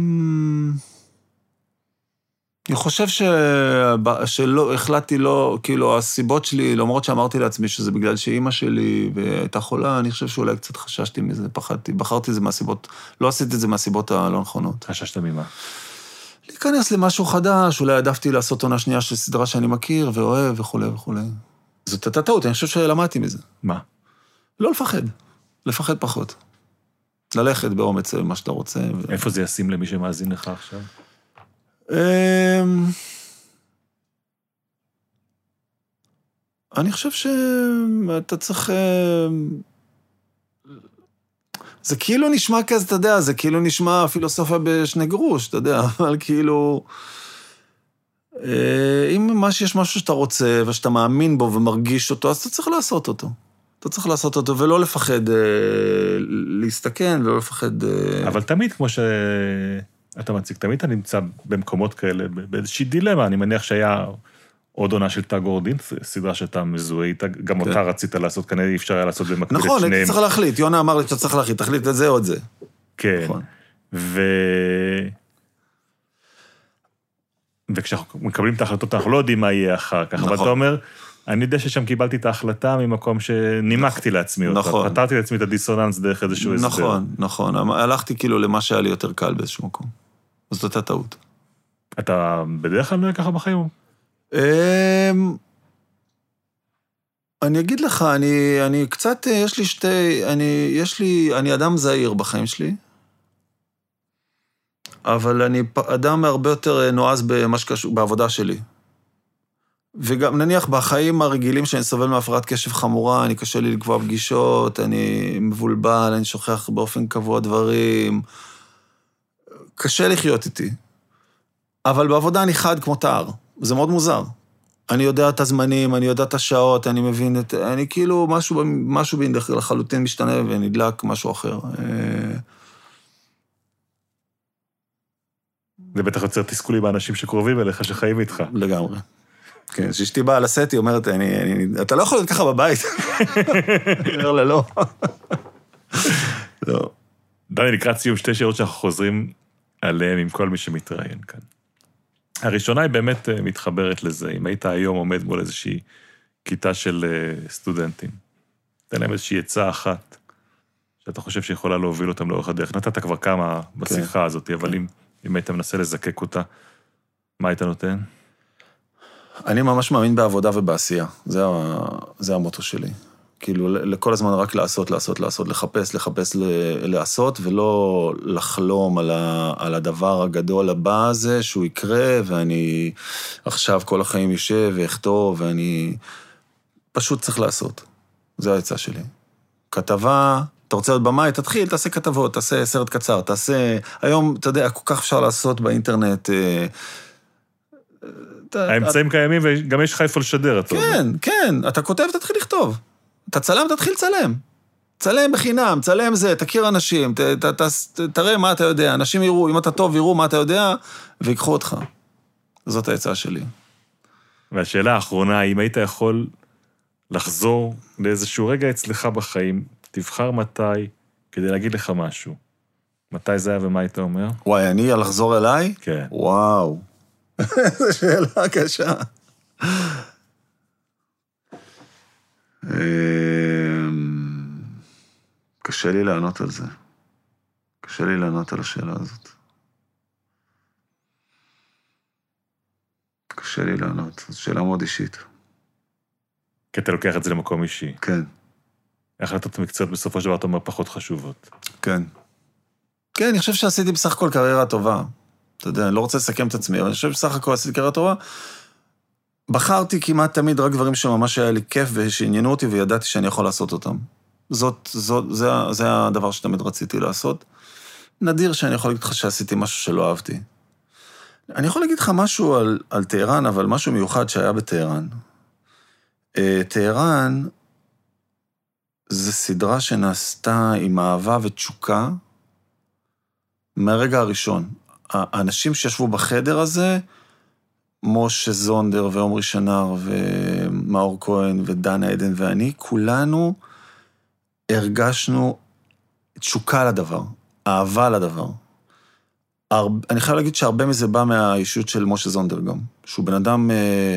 אני חושב שלא, החלטתי לא, כאילו, הסיבות שלי, למרות שאמרתי לעצמי שזה בגלל שאימא שלי והייתה חולה, אני חושב שאולי קצת חששתי מזה, פחדתי, בחרתי את זה מהסיבות, לא עשיתי את זה מהסיבות הלא נכונות. חששת ממה? להיכנס למשהו חדש, אולי העדפתי לעשות עונה שנייה של סדרה שאני מכיר ואוהב וכו' וכו'. זאת הייתה טעות, אני חושב שלמדתי מזה. מה? לא לפחד, לפחד פחות. ללכת באומץ מה שאתה רוצה. איפה זה ישים למי שמאזין לך עכשיו? אני חושב שאתה צריך... זה כאילו נשמע כזה, אתה יודע, זה כאילו נשמע פילוסופיה בשני גרוש, אתה יודע, אבל כאילו... אם יש משהו שאתה רוצה ושאתה מאמין בו ומרגיש אותו, אז אתה צריך לעשות אותו. אתה צריך לעשות אותו ולא לפחד להסתכן ולא לפחד... אבל תמיד, כמו שאתה מציג, תמיד אתה נמצא במקומות כאלה, באיזושהי דילמה, אני מניח שהיה עוד עונה של תא גורדין, סדרה שאתה מזוהה איתה, גם אותה רצית לעשות, כנראה אי אפשר היה לעשות במקביל את שניהם. נכון, הייתי צריך להחליט, יונה אמר לי שאתה צריך להחליט, תחליט את זה או את זה. כן, וכשאנחנו מקבלים את ההחלטות, אנחנו לא יודעים מה יהיה אחר כך, אבל אתה אומר, אני יודע ששם קיבלתי את ההחלטה ממקום שנימקתי לעצמי אותה. נכון. פתרתי לעצמי את הדיסוננס דרך איזשהו הסבר. נכון, נכון. הלכתי כאילו למה שהיה לי יותר קל באיזשהו מקום. זאת הייתה טעות. אתה בדרך כלל נראה ככה בחיים? אני אגיד לך, אני קצת, יש לי שתי, אני אדם זהיר בחיים שלי, אבל אני אדם הרבה יותר נועז במה שקשור, בעבודה שלי. וגם נניח בחיים הרגילים שאני סובל מהפרעת קשב חמורה, אני קשה לי לקבוע פגישות, אני מבולבל, אני שוכח באופן קבוע דברים, קשה לחיות איתי. אבל בעבודה אני חד כמו תאר, זה מאוד מוזר. אני יודע את הזמנים, אני יודע את השעות, אני מבין את... אני כאילו, משהו בי לחלוטין משתנה ונדלק משהו אחר. זה בטח יוצר תסכולים באנשים שקרובים אליך, שחיים איתך. לגמרי. כן, שאשתי באה לסט, היא אומרת, אתה לא יכול להיות ככה בבית. אני אומר לה, לא. לא. דני, לקראת סיום 2 שאלות שאנחנו חוזרים עליהם עם כל מי שמתראיין כאן. הראשונה היא באמת מתחברת לזה. אם היית היום עומד מול איזושהי כיתה של סטודנטים, תן להם איזושהי עצה אחת, שאתה חושב שיכולה להוביל אותם לאורך הדרך. נתת כבר כמה בשיחה הזאת, אבל אם היית מנסה לזקק אותה, מה היית נותן? אני ממש מאמין בעבודה ובעשייה. זה המוטו שלי. כאילו, לכל הזמן רק לעשות, לחפש, לעשות, ולא לחלום על הדבר הגדול הבא הזה, שהוא יקרה, ואני עכשיו כל החיים יושב ואכתוב, ואני פשוט צריך לעשות. זה העצה שלי. כתבה, אתה רוצה להיות במאי, תתחיל, תעשה כתבות, תעשה סרט קצר, תעשה... היום, אתה יודע, כל כך אפשר לעשות באינטרנט... האמצעים קיימים, וגם יש לך איפה לשדר, אתה אומר. כן, כן, אתה כותב, תתחיל לכתוב. אתה צלם, תתחיל צלם. צלם בחינם, צלם זה, תכיר אנשים, תראה מה אתה יודע, אנשים יראו, אם אתה טוב, יראו מה אתה יודע, ויקחו אותך. זאת העצה שלי. והשאלה האחרונה, אם היית יכול לחזור לאיזשהו רגע אצלך בחיים, תבחר מתי כדי להגיד לך משהו. מתי זה היה ומה היית אומר? וואי, אני לחזור אליי? כן. וואו. זו שאלה קשה. קשה לי לענות על זה. קשה לי לענות על השאלה הזאת. קשה לי לענות. זו שאלה מאוד אישית. כי אתה לוקח את זה למקום אישי. כן. החלטות מקצועיות בסופו של דבר אתה אומר פחות חשובות. כן. כן, אני חושב שעשיתי בסך הכל קריירה טובה. אתה יודע, אני לא רוצה לסכם את עצמי, אבל אני חושב בסך הכל עשיתי קריירה טובה. בחרתי כמעט תמיד רק דברים שממש היה לי כיף ושעניינו אותי וידעתי שאני יכול לעשות אותם. זה הדבר שתמיד רציתי לעשות. נדיר שאני יכול להגיד לך שעשיתי משהו שלא אהבתי. אני יכול להגיד לך משהו על טהרן, אבל משהו מיוחד שהיה בטהרן. טהרן זה סדרה שנעשתה עם אהבה ותשוקה מהרגע הראשון. האנשים שישבו בחדר הזה, משה זונדר ועומרי שנר ומאור כהן ודנה עדן ואני, כולנו הרגשנו תשוקה לדבר, אהבה לדבר. אני חייב להגיד שהרבה מזה בא מהאישות של משה זונדר גם, שהוא בן אדם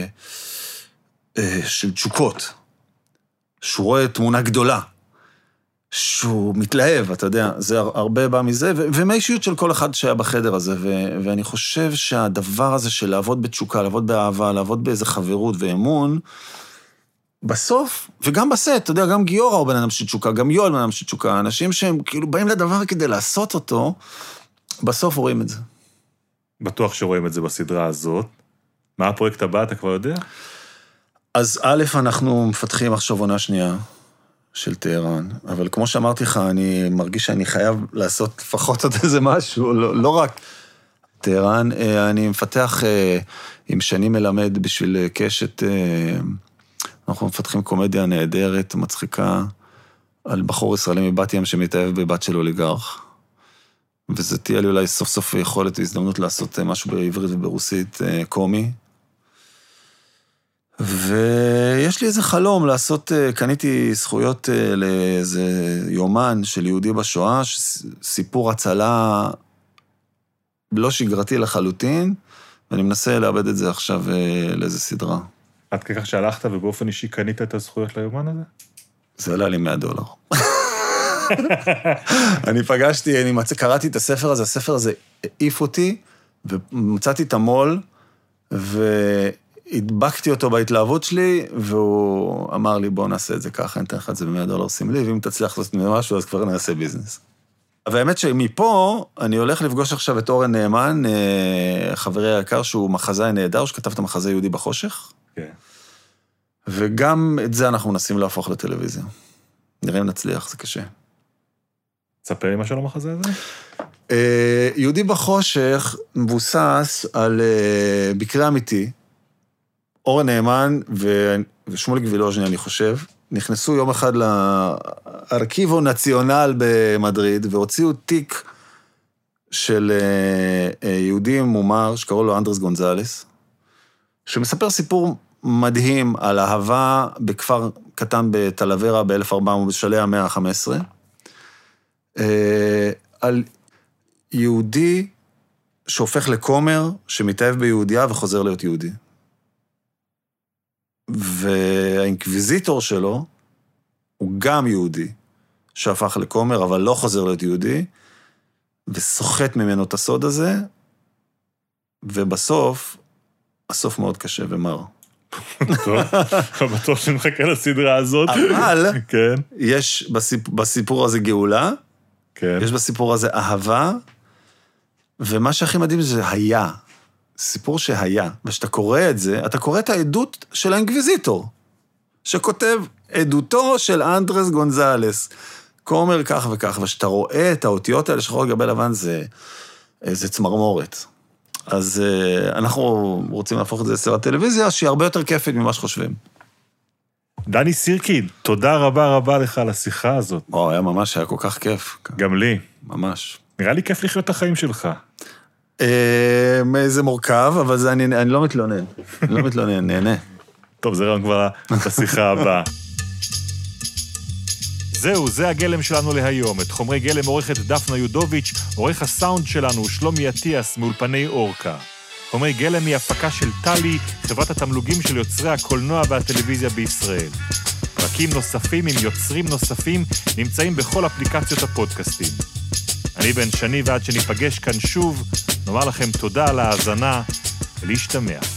של תשוקות, שהוא רואה תמונה גדולה, שהוא מתלהב, אתה יודע, זה הרבה בא מזה, ומהאישיות של כל אחד שהיה בחדר הזה, ואני חושב שהדבר הזה של לעבוד בתשוקה, לעבוד באהבה, לעבוד באיזה חברות ואמון, בסוף, וגם בסט, אתה יודע, גם גיורא הוא בן אדם של תשוקה, גם יואל בן אדם של תשוקה, אנשים שהם כאילו באים לדבר כדי לעשות אותו, בסוף רואים את זה. בטוח שרואים את זה בסדרה הזאת. מה הפרויקט הבא, אתה כבר יודע? אז א', אנחנו מפתחים עכשיו עונה שנייה של טהרן, אבל כמו שאמרתי לך, אני מרגיש שאני חייב לעשות לפחות עוד איזה משהו, לא רק טהרן, אני מפתח עם שני מלמד בשביל קשת, אנחנו מפתחים קומדיה נהדרת, מצחיקה, על בחור ישראלי מבת ים שמתאהב בבת של אוליגרך. וזה תהיה לי אולי סוף סוף יכולת והזדמנות לעשות משהו בעברית וברוסית קומי. ויש לי איזה חלום לעשות, קניתי זכויות לאיזה יומן של יהודי בשואה, סיפור הצלה לא שגרתי לחלוטין, ואני מנסה לאבד את זה עכשיו לאיזה סדרה. עד כך שהלכת ובאופן אישי קנית את הזכויות ליומן הזה? זה עלה לי $100. אני פגשתי, קראתי את הספר הזה, הספר הזה העיף אותי, ומצאתי את המול, והדבקתי אותו בהתלהבות שלי, והוא אמר לי, בוא נעשה את זה ככה, אני אתן לך את זה $100 סמלי, ואם תצליח לעשות משהו, אז כבר נעשה ביזנס. והאמת שמפה, אני הולך לפגוש עכשיו את אורן נאמן, חברי היקר, שהוא מחזאי נהדר, שכתב את המחזה יהודי בחושך. כן. וגם את זה אנחנו מנסים להפוך לטלוויזיה. נראה אם נצליח, זה קשה. תספר לי משהו על המחזה הזה? יהודי בחושך מבוסס על מקרה אמיתי, אורן נאמן ושמוליק וילוז'ני, אני חושב, נכנסו יום אחד לארכיבו נציונל במדריד, והוציאו תיק של יהודי מומר, שקראו לו אנדרס גונזלס, שמספר סיפור מדהים על אהבה בכפר קטן בתלוורה ב-1400, בשלהי המאה ה-15, על יהודי שהופך לכומר, שמתאהב ביהודיה וחוזר להיות יהודי. והאינקוויזיטור שלו הוא גם יהודי, שהפך לכומר, אבל לא חוזר להיות יהודי, וסוחט ממנו את הסוד הזה, ובסוף, הסוף מאוד קשה ומר. טוב, בטוח שנחכה לסדרה הזאת. אבל, כן. יש בסיפור הזה גאולה, כן. יש בסיפור הזה אהבה, ומה שהכי מדהים זה היה. סיפור שהיה. ושאתה קורא את זה, אתה קורא את העדות של האינקוויזיטור, שכותב עדותו של אנדרס גונזלס, כומר כך וכך, ושאתה רואה את האותיות האלה שחור על גבי לבן, זה צמרמורת. אז אנחנו רוצים להפוך את זה לסדרת טלוויזיה, שהיא הרבה יותר כיפית ממה שחושבים. דני סירקין, תודה רבה לך על השיחה הזאת. היה ממש, היה כל כך כיף. גם לי. ממש. נראה לי כיף לחיות את החיים שלך. זה מורכב, אבל אני לא מתלונן. אני לא מתלונן, נהנה. טוב, זה רעיון כבר בשיחה הבאה. זהו, זה הגלם שלנו להיום. את חומרי גלם עורכת דפנה יודוביץ', עורך הסאונד שלנו שלומי עטיאס מאולפני אורקה. חומרי גלם היא הפקה של טלי, חברת התמלוגים של יוצרי הקולנוע והטלוויזיה בישראל. פרקים נוספים עם יוצרים נוספים נמצאים בכל אפליקציות הפודקאסטים. אני בן שני, ועד שניפגש כאן שוב, נאמר לכם תודה על ההאזנה ולהשתמע.